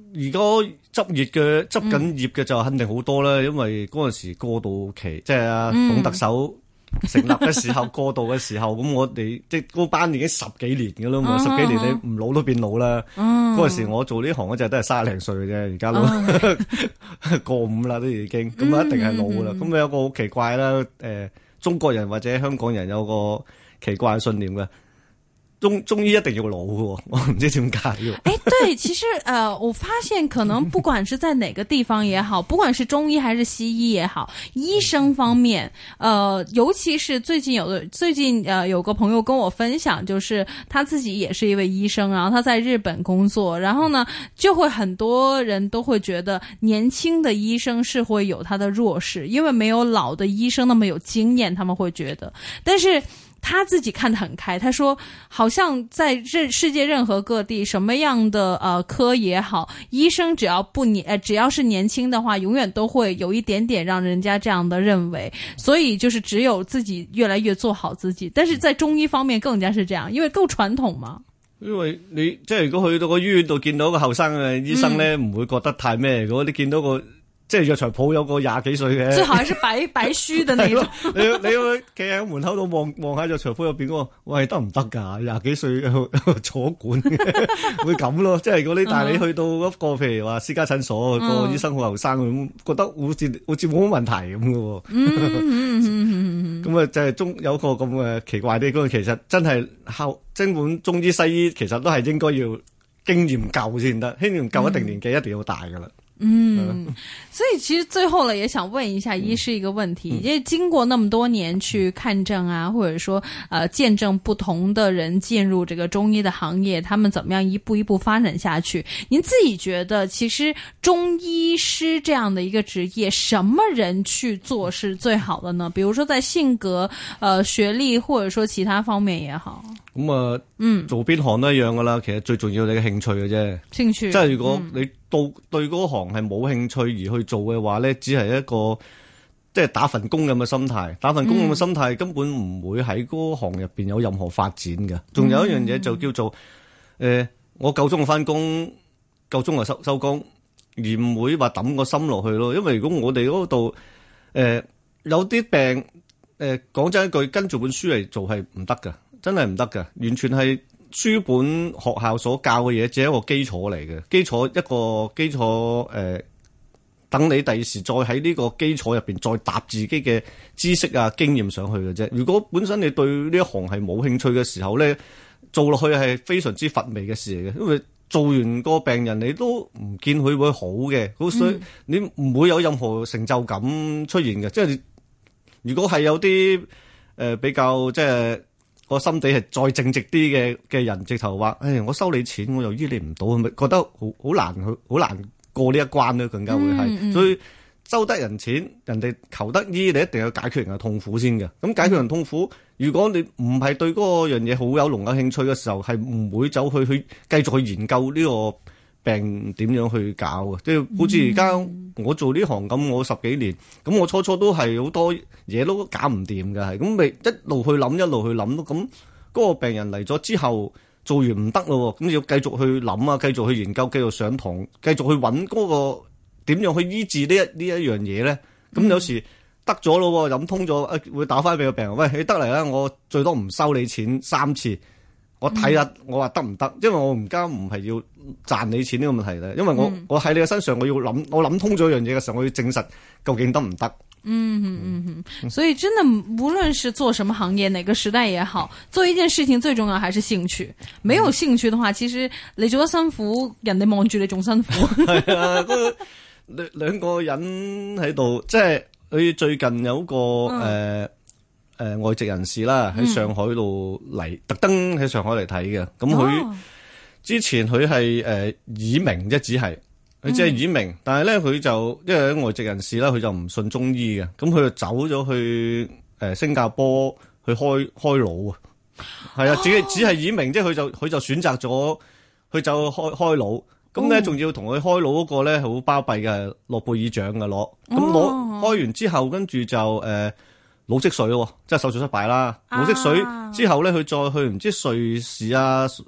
而家執業嘅執緊業嘅就肯定好多啦，因為嗰陣時過渡期，即係啊董特首成立嘅時候過渡嘅時候，咁我哋即係嗰班已經十幾年㗎啦嘛，十幾年你唔老都變老啦。嗰陣時我做呢行嗰陣都係卅零歲嘅啫，而家都過五啦都已經，咁啊一定係老㗎啦。咁有個好奇怪啦，誒中國人或者香港人有個奇怪嘅信念嘅。中中醫一定要老嘅，我唔知點解嘅。 哎，對，其實呃，我發現可能不管是在哪個地方也好，不管是中醫還是西醫也好，醫生方面，呃，尤其是最近有的最近呃有個朋友跟我分享，就是他自己也是一位醫生，然後他在日本工作，然後呢就會很多人都會覺得年輕的醫生是會有他的弱勢，因為沒有老的醫生那麼有經驗，他們會覺得，但是。他自己看得很開，他說好像在任世界任何各地什麼樣的呃科也好，醫生只要不年呃只要是年輕的話，永遠都會有一點點讓人家這樣的認為，所以就是只有自己越來越做好自己。但是在中醫方面更加是這樣，因為夠傳統嘛。 因為你即係如果去到個醫院度見到個後生嘅醫生咧，唔、嗯、會覺得太咩。如果你見到個即係藥材鋪有個廿幾歲嘅， 最好係白白鬚嘅那種。 你你會企喺門口度望望下藥材鋪入邊嗰個，喂得唔得㗎？廿幾歲坐管會咁咯。即係如果你帶你去到一個譬如話私家診所，嗯、個醫生好後生咁，覺得好似好似冇乜問題咁嘅喎。咁啊，就係中有個咁嘅奇怪啲，嗰個其實真係後根本中醫西醫其實都係應該要經驗夠先得，經驗夠一定年紀一定要大㗎啦。 嗯，所以其實最後呢，也想問一下醫師一個問題，因為經過那麼多年去看症啊，或者說呃見證不同的人進入這個中醫的行業，他們怎麼樣一步一步發展下去？您自己覺得，其實中醫師這樣的一個職業，什麼人去做是最好的呢？比如說在性格、呃學歷，或者說其他方面也好。 咁啊，嗯，做邊行都一樣噶啦。其實最重要你嘅興趣嘅啫， 興趣。 即係如果你到對嗰行係冇興趣而去做嘅話咧，只係一個即係打份工咁嘅心態，打份工咁嘅心態根本唔會喺嗰行入邊有任何發展嘅。仲有一樣嘢就叫做，誒、呃，我夠鐘翻工，夠鐘就收收工，而唔會話抌個心落去咯。因為如果我哋嗰度，誒、呃，有啲病，誒、呃，講真一句，跟住本書嚟做係唔得噶。真係唔得㗎，完全係書本學校所教嘅嘢，只係一個基礎嚟嘅。基礎一個基礎誒、呃，等你第時再喺呢個基礎入邊再搭自己嘅知識啊經驗上去嘅啫。如果本身你對呢一行係冇興趣嘅時候咧，做落去係非常之乏味嘅事嚟嘅。因為做完個病人你都唔見佢會好嘅，咁所以你唔會有任何成就感出現嘅。即係如果係有啲誒、呃、比較即係。個心地係再正直啲嘅嘅人，直頭話，誒，我收你錢，我又醫你唔到，咪覺得好好難去，好難過呢一關咧，更加會係。嗯嗯、所以收得人錢，人哋求得醫，你一定要解決人嘅痛苦先嘅。咁解決人痛苦，如果你唔係對嗰個樣嘢好有濃厚興趣嘅時候，係唔會走去去繼續去研究呢個病點樣去搞嘅。即係好似而家我做呢行咁，我十幾年，咁我初初都係好多嘢都搞唔掂嘅，係咁咪一路去諗，一路去諗咯。咁嗰個病人嚟咗之後，做完唔得咯，咁要繼續去諗啊，繼續去研究，繼續上堂，繼續去揾嗰個點樣去醫治呢一呢一樣嘢咧。咁有時得咗咯，諗通咗，誒會打翻俾個病人，喂，你得嚟啦，我最多唔收你錢三次。我睇下，我話得唔得？因為我而家唔係要賺你錢呢個問題咧，因為我、嗯、我喺你嘅身上，我要諗，我諗通咗一樣嘢嘅時候，我要證實究竟得唔得？ 嗯嗯嗯嗯，所以真的無論是做什麼行業，哪個時代也好，做一件事情最重要還是興趣。沒有興趣的話，其實你做得辛苦，人哋望住你仲辛苦。 係啊，嗰兩兩個人喺度，即係佢最近有個誒。嗯呃誒、呃，外籍人士啦，喺上海度嚟，特登喺上海嚟睇嘅。咁佢、哦、之前佢係誒耳鳴啫，只係佢只係耳鳴，但係咧佢就因為外籍人士啦，佢就唔信中醫嘅，咁佢就走咗去誒、呃、新加坡去開開腦啊，係啊，自己只係耳鳴，即係佢就佢就選擇咗佢就開開腦，咁咧仲要同佢開腦嗰個咧好巴閉嘅，諾貝爾獎嘅攞，咁攞開完之後，跟住就誒。呃腦積水咯，即係手術失敗啦。腦積水之後咧，佢再去唔知瑞士啊、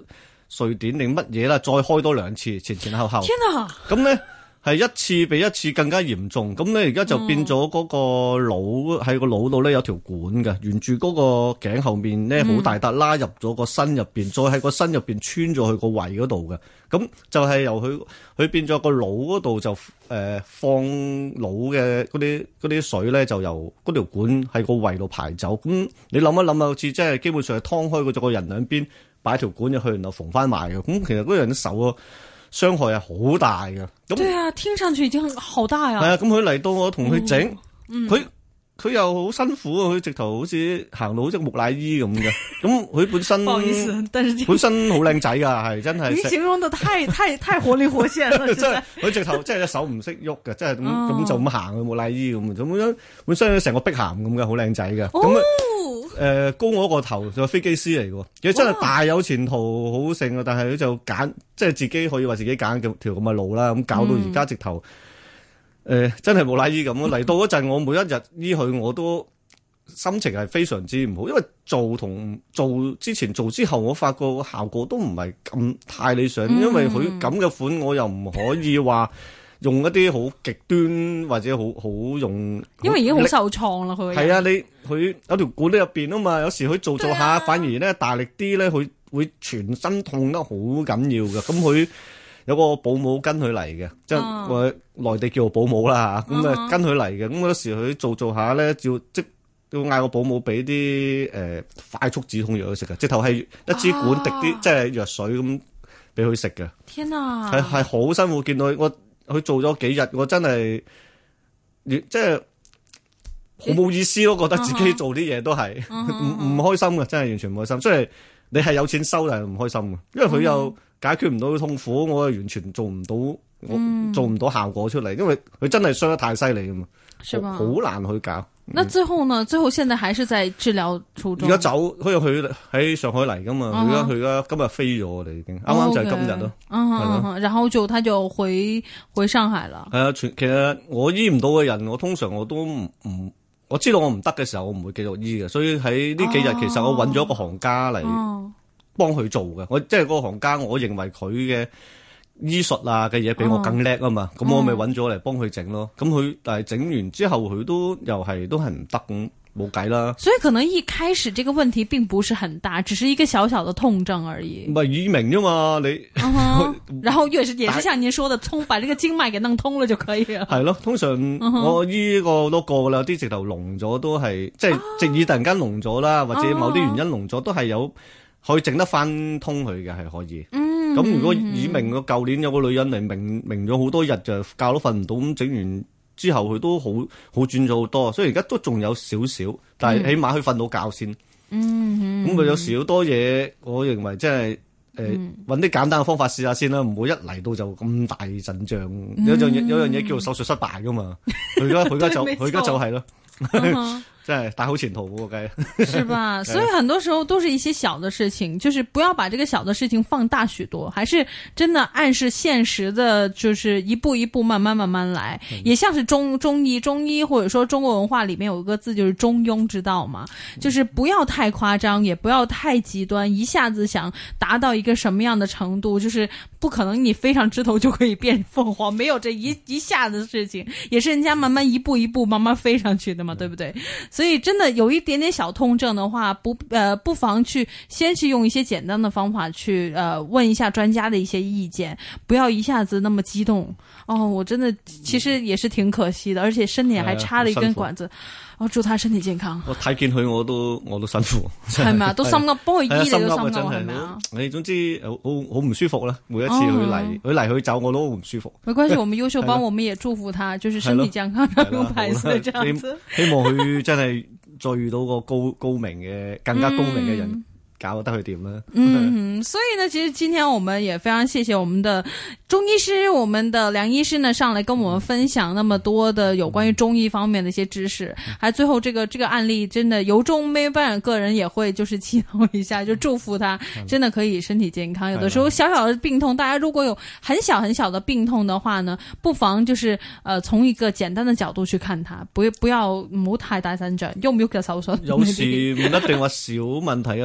瑞典定乜嘢啦，再開多兩次，前前後後。 天啊！ 咁咧係一次比一次更加嚴重。咁咧而家就變咗嗰個腦喺個腦度咧有條管嘅，沿住嗰個頸後面咧好大笪拉入咗個身入邊，再喺個身入邊穿咗去個胃嗰度嘅。咁就係由佢佢變咗個腦嗰度就誒、呃、放腦嘅嗰啲嗰啲水咧，就由嗰條管喺個胃度排走。咁你諗一諗啊，好似即係基本上係劏開嗰個人兩邊，擺條管入去，然後縫翻埋嘅。咁其實嗰人手啊傷害係好大嘅。咁對啊，聽上去已經好大啊。 係啊，咁佢嚟到我同佢整，佢、 嗯。 佢又好辛苦啊！佢直頭好似行路好似木乃伊咁嘅。咁佢本身， 不好意思，但是本身好靚仔㗎，係真係。 你形容得太太太活靈活現啦！ 真係佢直頭即係隻手唔識喐嘅，即係咁咁就咁行嘅木乃伊咁。咁樣本身成個碧咸咁嘅，好靚仔嘅。咁啊誒高我個頭，就飛機師嚟嘅。其實真係大有前途，好盛啊！但係佢就揀即係自己可以話自己揀條咁嘅路啦。咁搞到而家直頭。誒、呃，真係木乃伊咁咯！嚟到嗰陣，我每一日醫佢，我都心情係非常之唔好，因為做同做之前做之後，我發覺個效果都唔係咁太理想，嗯、因為佢咁嘅款，我又唔可以話用一啲好極端或者好好用， 因為已經好受創啦。佢係啊，你佢有條管喺入邊啊嘛，有時佢做做下，啊、反而咧大力啲咧，佢會全身痛得好緊要嘅。咁佢。有個保姆跟佢嚟嘅，即係我內地叫做保姆啦嚇，咁啊跟佢嚟嘅，咁嗰時佢做做下咧，要即要嗌個保姆俾啲誒快速止痛藥佢食嘅，直頭係一支管滴啲、啊、即係藥水咁俾佢食嘅。 天啊！ 係係好辛苦，見到我佢做咗幾日，我真係即係好冇意思咯，覺得自己做啲嘢都係唔唔開心嘅，真係完全唔開心。雖然你係有錢收，但係唔開心嘅，因為佢又解決唔到痛苦，我係完全做唔到，我做唔到效果出嚟，因為佢真係傷得太犀利啊嘛，好難去搞。 那最後呢？最後現在還是在治療途中。 而家走，佢佢喺上海嚟噶嘛？佢而家佢而家今日飛咗，我哋已經啱啱就係今日咯。 嗯嗯，然後就他就回回上海啦。係啊，其實我醫唔到嘅人，我通常我都唔唔，我知道我唔得嘅時候，我唔會繼續醫嘅。所以喺呢幾日，其實我揾咗一個行家嚟幫佢做嘅。我即係嗰個行家，我認為佢嘅醫術啊嘅嘢比我更叻啊嘛，咁、嗯、我咪揾咗嚟幫佢整咯。咁佢但係整完之後，佢都又係都係唔得咁，冇計啦。 所以可能一開始這個問題並不是很大，只是一個小小的痛症而已。 唔係耳鳴啫嘛，你、 嗯、然後也是也是像您說的，通把這個經脈給弄通了就可以了。 係咯，通常我醫過都過啦，有啲直頭聾咗都係，即係直耳突然間聾咗啦，或者某啲原因聾咗都係有可以整得翻通佢嘅，係可以。嗯。咁如果耳鳴，個舊年有個女人嚟鳴鳴咗好多日，就覺都瞓唔到，咁整完之後佢都好好轉咗好多，所以而家都仲有少少，但係起碼佢瞓到覺先。嗯，咁佢有時好多嘢，我認為即係誒揾啲簡單嘅方法試下先啦，唔好一嚟到就咁大陣仗。嗯、有樣嘢有樣嘢叫做手術失敗噶嘛，佢而家佢而家就佢而家就係咯。真係大好前途喎，計是吧？所以很多時候都是一些小的事情，就是不要把這個小的事情放大許多，還是真的按是現實的，就是一步一步慢慢慢慢來。嗯、也像是中中醫中醫或者說中國文化裏面有一個字就是中庸之道嘛，就是不要太誇張，也不要太極端，一下子想達到一個什麼樣的程度，就是不可能你飛上枝頭就可以變鳳凰，沒有這一一下子的事情，也是人家慢慢一步一步慢慢飛上去的嘛，對不對？所以真的有一點點小痛症的話，不呃不妨去先去用一些簡單的方法去呃問一下專家的一些意見，不要一下子那麼激動。哦，我真的其實也是挺可惜的，而且身體還插了一根管子。我、哦、祝他身體健康。 我睇見佢我都我都辛苦， 係咪啊？都心噏，幫佢醫你都心噏係咪啊？ 你總之好好唔舒服啦，每一次佢嚟佢嚟佢走我都好唔舒服。 沒關係，我們優秀幫我們也祝福他，就是身體健康，然後百歲這樣子。 希望佢真係再遇到個高高明嘅更加高明嘅人。嗯搞得佢點啦？ 嗯，所以呢，其實今天我們也非常謝謝我們的中醫師，我們的梁醫師呢上來跟我們分享那麼多的有關於中醫方面的一些知識。還最後這個這個案例真的由衷沒辦，個人也會就是祈禱一下，就祝福他真的可以身體健康。有的時候小小的病痛，大家如果有很小很小的病痛的話呢，不妨就是呃從一個簡單的角度去看它，不不要唔好太大陣仗，喐唔喐就手術。 有時唔一定話小問題啊，大問題。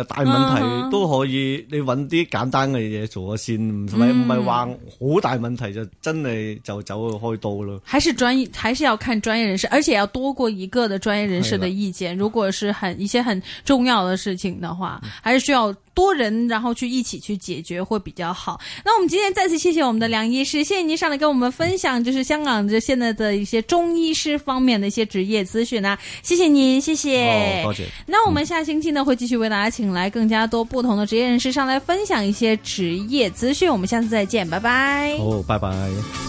題都可以，你揾啲簡單嘅嘢做咗先，唔係唔係話好大問題就真係就走去開刀咯。 還是專業，還是要看專業人士，而且要多過一個的專業人士的意見。如果是很一些很重要的事情的話，嗯、還是需要多人然後去一起去解決會比較好。那我們今天再次謝謝我們的梁醫師，謝謝您上來跟我們分享，就是香港這現在的一些中醫師方面的一些職業資訊啊，謝謝您，謝謝。 哦，多謝。 那我們下星期呢會繼續為大家請來更加多不同的職業人士上來分享一些職業資訊。我們下次再見，拜拜。 好，拜拜。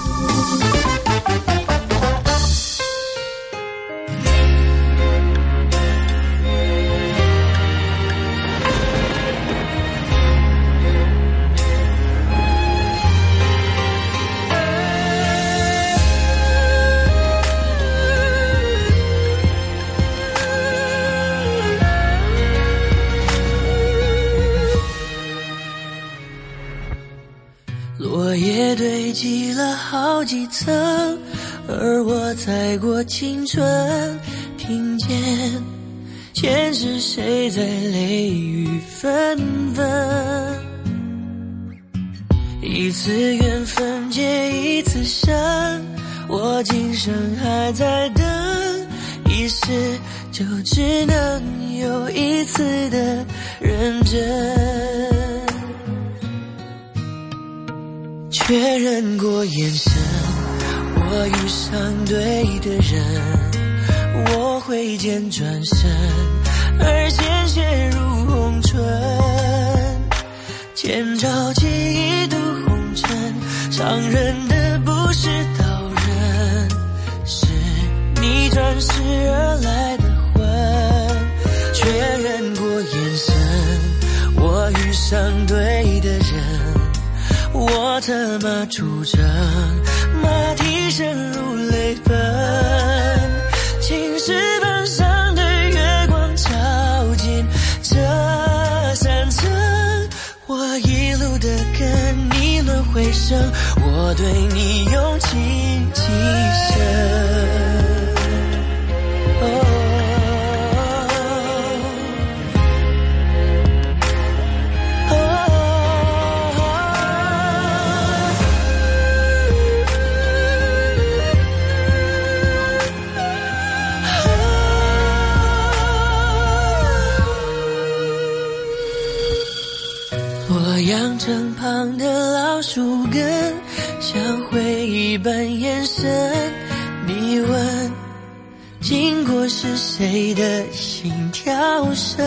落叶堆积了好几层，而我踩过青春，听见前世谁在泪雨纷纷。一次缘分结一次生，我今生还在等，一世就只能有一次的认真。确认过眼神，我遇上对的人，我挥剑转身，而鲜血如红唇，千朝记一度红尘，伤人的不是刀刃，是你转世而来的魂。确认过眼神，我遇上对的人，我策马出征，马蹄声如泪奔，青石板上的月光照进这山城，我一路的跟你轮回声，我对你用情极深。哦阳城旁的老树根，像回忆般延伸，你问经过是谁的心跳声，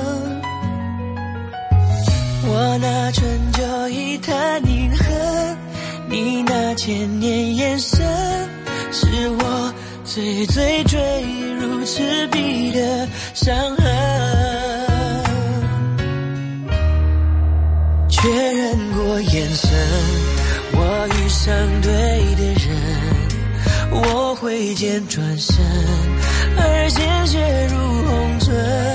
我拿春秋一叹凝恨，你那千年眼神，是我最最坠入赤壁的伤痕。确认过眼神，我遇上对的人，我挥剑转身，而鲜血如红唇，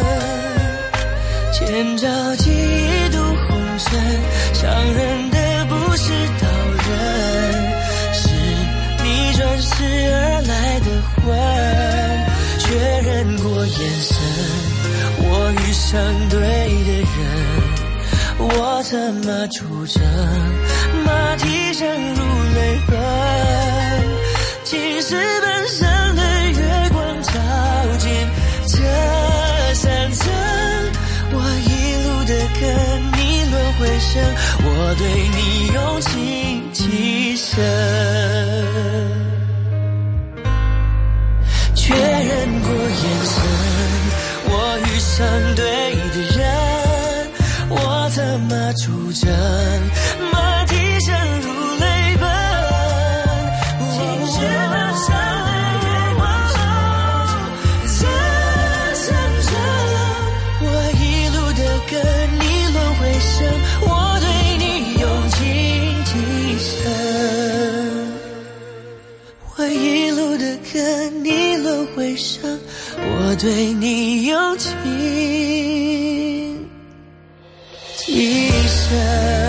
千朝记一度红尘，伤人的不是刀刃，是你转世而来的魂。确认过眼神，我遇上对的人，我策马出征，马蹄声如泪奔，青石板上的月光照进这山城，我一路的跟你轮回声，我对你用情极深。确认过眼神，我遇上对的人，我策马出征，马蹄声如泪奔，青石板上的月光照这山城，我一路的跟你轮回声，我对你用情极深，我一路的跟你轮回声，我对你用情一生。